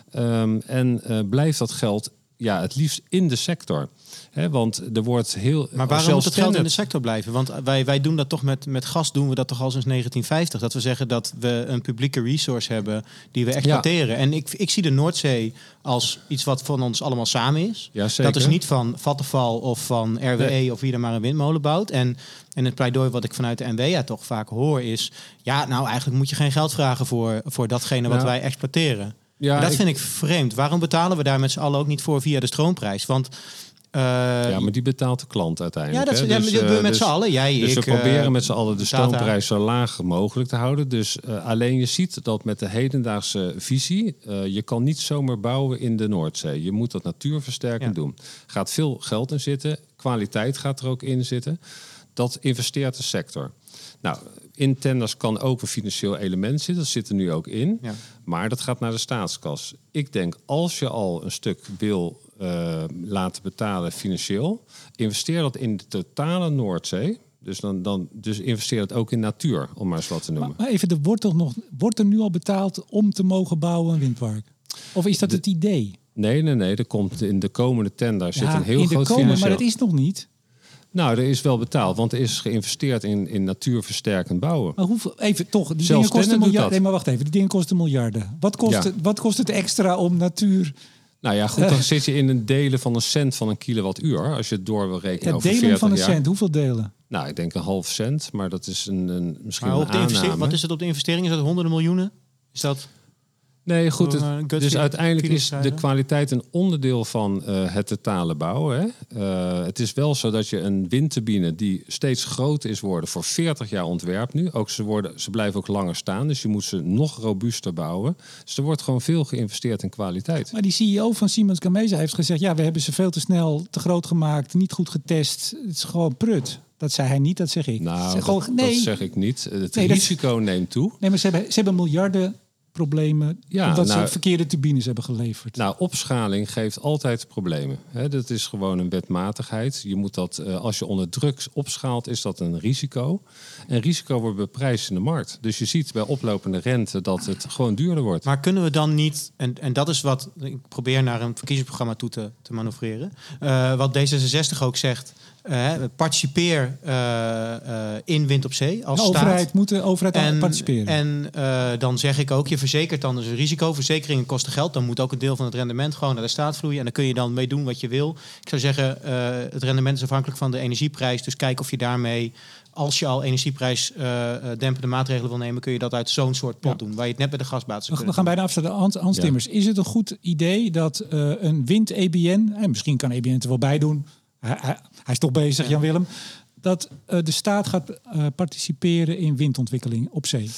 Um, en uh, blijft dat geld ja, het liefst in de sector. He, want er wordt heel... Maar waarom moet het geld in de sector blijven? Want wij, wij doen dat toch met, met gas, doen we dat toch al sinds negentien vijftig. Dat we zeggen dat we een publieke resource hebben die we exploiteren. Ja. En ik, ik zie de Noordzee als iets wat van ons allemaal samen is. Ja, zeker. Dat is niet van Vattenfall of van R W E nee. of wie er maar een windmolen bouwt. En, en het pleidooi wat ik vanuit de N W A toch vaak hoor is, ja, nou eigenlijk moet je geen geld vragen voor, voor datgene wat nou. wij exploiteren. Ja, dat ik... vind ik vreemd. Waarom betalen we daar met z'n allen ook niet voor via de stroomprijs? Want uh, ja, maar die betaalt de klant uiteindelijk. Ja, dat is, hè? dus, dus, uh, met dus, z'n allen. Jij, dus ik, we proberen uh, met z'n allen de stroomprijs zo laag mogelijk te houden. Dus uh, alleen je ziet dat met de hedendaagse visie, uh, je kan niet zomaar bouwen in de Noordzee. Je moet dat natuurversterkend ja. doen. Er gaat veel geld in zitten. Kwaliteit gaat er ook in zitten. Dat investeert de sector. Nou, in tenders kan ook een financieel element zitten. Dat zit er nu ook in. Ja. Maar dat gaat naar de staatskas. Ik denk, als je al een stuk wil uh, laten betalen financieel, investeer dat in de totale Noordzee. Dus, dan, dan, dus investeer het ook in natuur, om maar eens wat te noemen. Maar, maar even, er wordt, toch nog, wordt er nu al betaald om te mogen bouwen een windpark? Of is dat de, het idee? Nee, nee, nee. Er komt in de komende tender zit ja, een heel in de groot komende, financieel... Maar dat is nog niet. Nou, er is wel betaald, want er is geïnvesteerd in, in natuurversterkend bouwen. Maar hoeveel, even toch, die dingen kosten miljarden. Nee, maar wacht even, die dingen kosten miljarden. Wat kost, ja. het, wat kost het extra om natuur... Nou ja, goed, dan zit je in een delen van een cent van een kilowattuur, als je het door wil rekenen ja, over delen veertig van een jaar. cent, hoeveel delen? Nou, ik denk een half cent, maar dat is een, een misschien maar een op de aanname. Wat is het op de investering? Is dat honderden miljoenen? Is dat... Nee, goed. Het, dus uiteindelijk is de kwaliteit een onderdeel van uh, het totale bouwen. Hè. Uh, het is wel zo dat je een windturbine die steeds groter is worden voor veertig jaar ontwerp nu. Ook ze, worden, ze blijven ook langer staan, dus je moet ze nog robuuster bouwen. Dus er wordt gewoon veel geïnvesteerd in kwaliteit. Maar die C E O van Siemens Gamesa heeft gezegd, ja, we hebben ze veel te snel te groot gemaakt, niet goed getest. Het is gewoon prut. Dat zei hij niet, dat zeg ik. Nou, zeg dat, gewoon, nee. dat zeg ik niet. Het nee, risico dat... neemt toe. Nee, maar ze hebben, ze hebben miljarden problemen ja, omdat nou, ze verkeerde turbines hebben geleverd. Nou, opschaling geeft altijd problemen. He, dat is gewoon een wetmatigheid. Je moet dat, uh, als je onder druk opschaalt, is dat een risico. En risico wordt beprijsd in de markt. Dus je ziet bij oplopende rente dat het gewoon duurder wordt. Maar kunnen we dan niet, en, en dat is wat ik probeer naar een verkiezingsprogramma toe te, te manoeuvreren. Uh, wat D zesenzestig ook zegt. Uh, participeer uh, uh, in wind op zee als de overheid staat. moet de overheid en, participeren. En uh, dan zeg ik ook, je verzekert dan dus een risico. Verzekeringen kosten geld. Dan moet ook een deel van het rendement gewoon naar de staat vloeien. En dan kun je dan mee doen wat je wil. Ik zou zeggen, uh, het rendement is afhankelijk van de energieprijs. Dus kijk of je daarmee, als je al energieprijsdempende uh, maatregelen wil nemen, kun je dat uit zo'n soort pot ja. doen. Waar je het net bij de gasbaten We, we gaan bijna afsluiten. Hans, Hans ja. Timmers, is het een goed idee dat uh, een wind-E B N, en misschien kan E B N het er wel bij doen, hij, hij, hij is toch bezig, ja. Jan Willem, dat uh, de staat gaat uh, participeren in windontwikkeling op zee?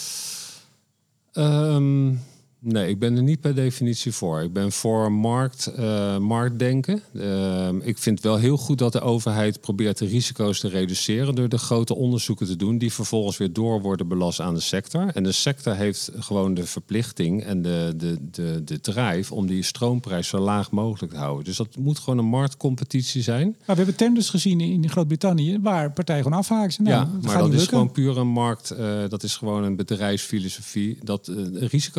Um, nee, ik ben er niet per definitie voor. Ik ben voor markt, uh, marktdenken. Uh, ik vind wel heel goed dat de overheid probeert de risico's te reduceren door de grote onderzoeken te doen die vervolgens weer door worden belast aan de sector. En de sector heeft gewoon de verplichting en de, de, de, de drive om die stroomprijs zo laag mogelijk te houden. Dus dat moet gewoon een marktcompetitie zijn. Maar we hebben tenders gezien in Groot-Brittannië waar partijen gewoon afhaken. Nou, ja, dat maar dat is gewoon puur een markt. Uh, dat is gewoon een bedrijfsfilosofie dat uh, risico te hoog. Maar het is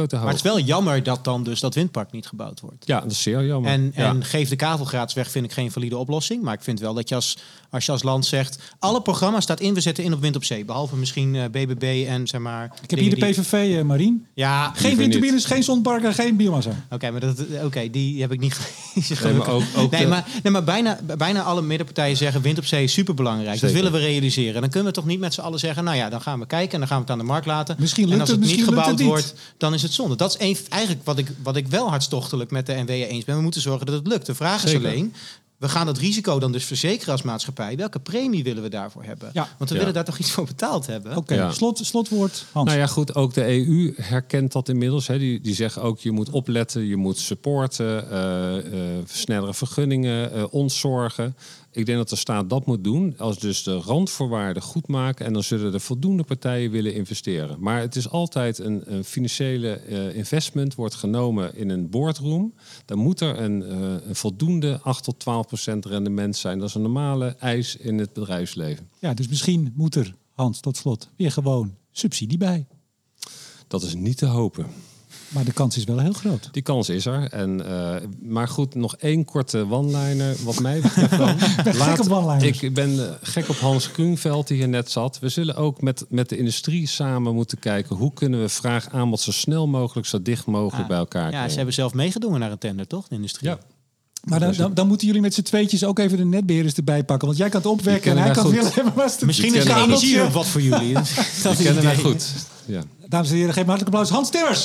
wel jammer dat dan dus dat windpark niet gebouwd wordt. Ja, dat is zeer jammer. En, ja. en geef de kavel gratis weg vind ik geen valide oplossing. Maar ik vind wel dat je als, als je als land zegt... alle programma's staat in, we zetten in op wind op zee. Behalve misschien uh, B B B en zeg maar... Ik heb hier de P V V, uh, Marien. Ja, geen windturbines, geen zonneparken, geen biomassa. Oké, okay, maar dat, okay, die heb ik niet gelezen. Nee, maar ook, ook nee, de... maar, nee, maar bijna, bijna alle middenpartijen zeggen... wind op zee is superbelangrijk. Zeker. Dat willen we realiseren. Dan kunnen we toch niet met z'n allen zeggen... nou ja, dan gaan we kijken en dan gaan we het aan de markt laten. Misschien lukt en als het, het niet misschien gebouwd lukt het wordt, dan is het zonde. Dat is een, eigenlijk wat ik, wat ik wel hartstochtelijk met de N W eens ben. We moeten zorgen dat het lukt. De vraag is Zeker. alleen... we gaan dat risico dan dus verzekeren als maatschappij. Welke premie willen we daarvoor hebben? Ja. Want we Ja. willen daar toch iets voor betaald hebben? Oké, okay, Ja. slot, slotwoord, Hans. Nou ja, goed, ook de E U herkent dat inmiddels. Hè. Die, die zeggen ook, je moet opletten, je moet supporten, uh, uh, snellere vergunningen, uh, ontzorgen. Ik denk dat de staat dat moet doen, als dus de randvoorwaarden goed maken... en dan zullen er voldoende partijen willen investeren. Maar het is altijd een, een financiële uh, investment, wordt genomen in een boardroom. Dan moet er een, uh, een voldoende acht tot twaalf procent rendement zijn. Dat is een normale eis in het bedrijfsleven. Ja, dus misschien moet er, Hans, tot slot, weer gewoon subsidie bij. Dat is niet te hopen. Maar de kans is wel heel groot. Die kans is er. En, uh, maar goed, nog één korte one-liner wat mij betreft dan. ben gek op one-liners. Ik ben uh, gek op Hans Kruenveld die hier net zat. We zullen ook met, met de industrie samen moeten kijken... hoe kunnen we vraag aanbod zo snel mogelijk, zo dicht mogelijk Ah, bij elkaar ja, krijgen. ze hebben zelf meegedongen naar een tender, toch? De industrie. Ja. Maar dan, dan, dan moeten jullie met z'n tweetjes ook even de netbeheerders erbij pakken. Want jij kan het opwekken en hij kan willen hebben. Was Misschien is de energie ook wat voor jullie. Dat Die kennen wij goed. Ja. Dames en heren, geef me hartelijk applaus. Hans Timmers.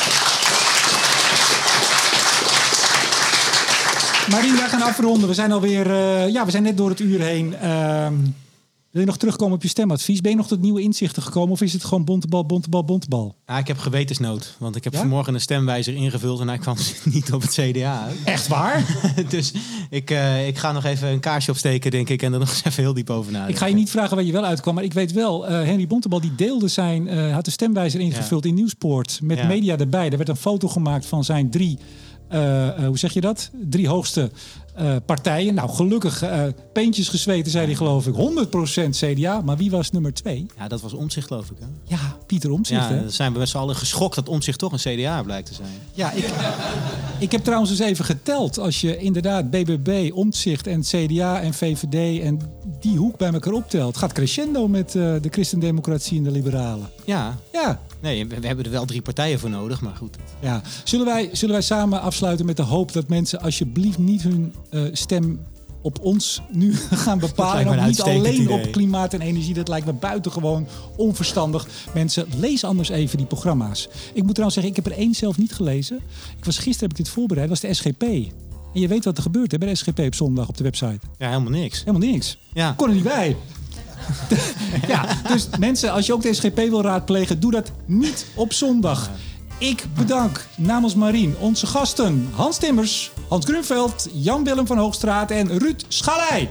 Marien, wij gaan afronden. We zijn alweer, uh, ja, we zijn net door het uur heen. Uh, wil je nog terugkomen op je stemadvies? Ben je nog tot nieuwe inzichten gekomen? Of is het gewoon bontebal, bontebal, bontebal? Ja, ik heb gewetensnood. Want ik heb Ja? vanmorgen een stemwijzer ingevuld en hij kwam niet op het C D A uit. Echt waar? Dus ik, uh, ik ga nog even een kaarsje opsteken, denk ik. En er nog eens even heel diep over nadenken. Ik ga je niet vragen waar je wel uitkwam. Maar ik weet wel, uh, Henry Bontebal die deelde zijn... Uh, had de stemwijzer ingevuld Ja. in Nieuwspoort. Met Ja. media erbij. Er werd een foto gemaakt van zijn drie... Uh, uh, hoe zeg je dat? Drie hoogste uh, partijen. Nou, gelukkig uh, peentjes gezweten, zei hij geloof ik. honderd procent C D A. Maar wie was nummer twee? Ja, dat was Omtzigt, geloof ik. Hè? Ja, Pieter Omtzigt. Ja, hè? dan zijn we met z'n allen geschokt dat Omtzigt toch een C D A blijkt te zijn. Ja, ik, ik heb trouwens eens even geteld. Als je inderdaad B B B, Omtzigt en C D A en V V D... en die hoek bij elkaar optelt... het gaat crescendo met uh, de christendemocratie en de liberalen. Ja, Ja, nee, we, we hebben er wel drie partijen voor nodig, maar goed. ja. Zullen wij, zullen wij samen afsluiten met de hoop dat mensen alsjeblieft niet hun uh, stem op ons nu gaan bepalen. lijkt En me ook een niet alleen uitstekend idee. op klimaat en energie. Dat lijkt me buitengewoon onverstandig. Mensen, lees anders even die programma's. Ik moet trouwens zeggen, ik heb er één zelf niet gelezen. Ik was, gisteren heb ik dit voorbereid. Dat was de S G P. En je weet wat er gebeurt hè, bij de S G P op zondag op de website. Ja, helemaal niks. Helemaal niks. Ja. Kon er niet bij. Ja, dus mensen, als je ook de S G P wil raadplegen, doe dat niet op zondag. Ik bedank namens Marien onze gasten Hans Timmers, Hans Grunveld, Jan-Willem van Hoogstraat en Ruud Schalij.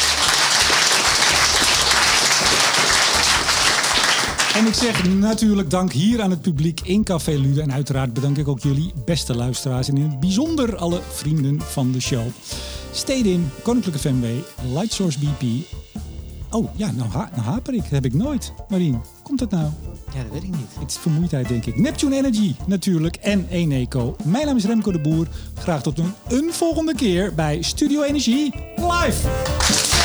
En ik zeg natuurlijk dank hier aan het publiek in Café Lude. En uiteraard bedank ik ook jullie beste luisteraars en in het bijzonder alle vrienden van de show. Stede in, Koninklijke F M W, Lightsource B P. Oh ja, nou, ha- nou haper ik. Dat heb ik nooit. Marien, komt dat nou? Ja, dat weet ik niet. Het is vermoeidheid, denk ik. Neptune Energy natuurlijk en Eneco. Mijn naam is Remco de Boer. Graag tot een, een volgende keer bij Studio Energie Live.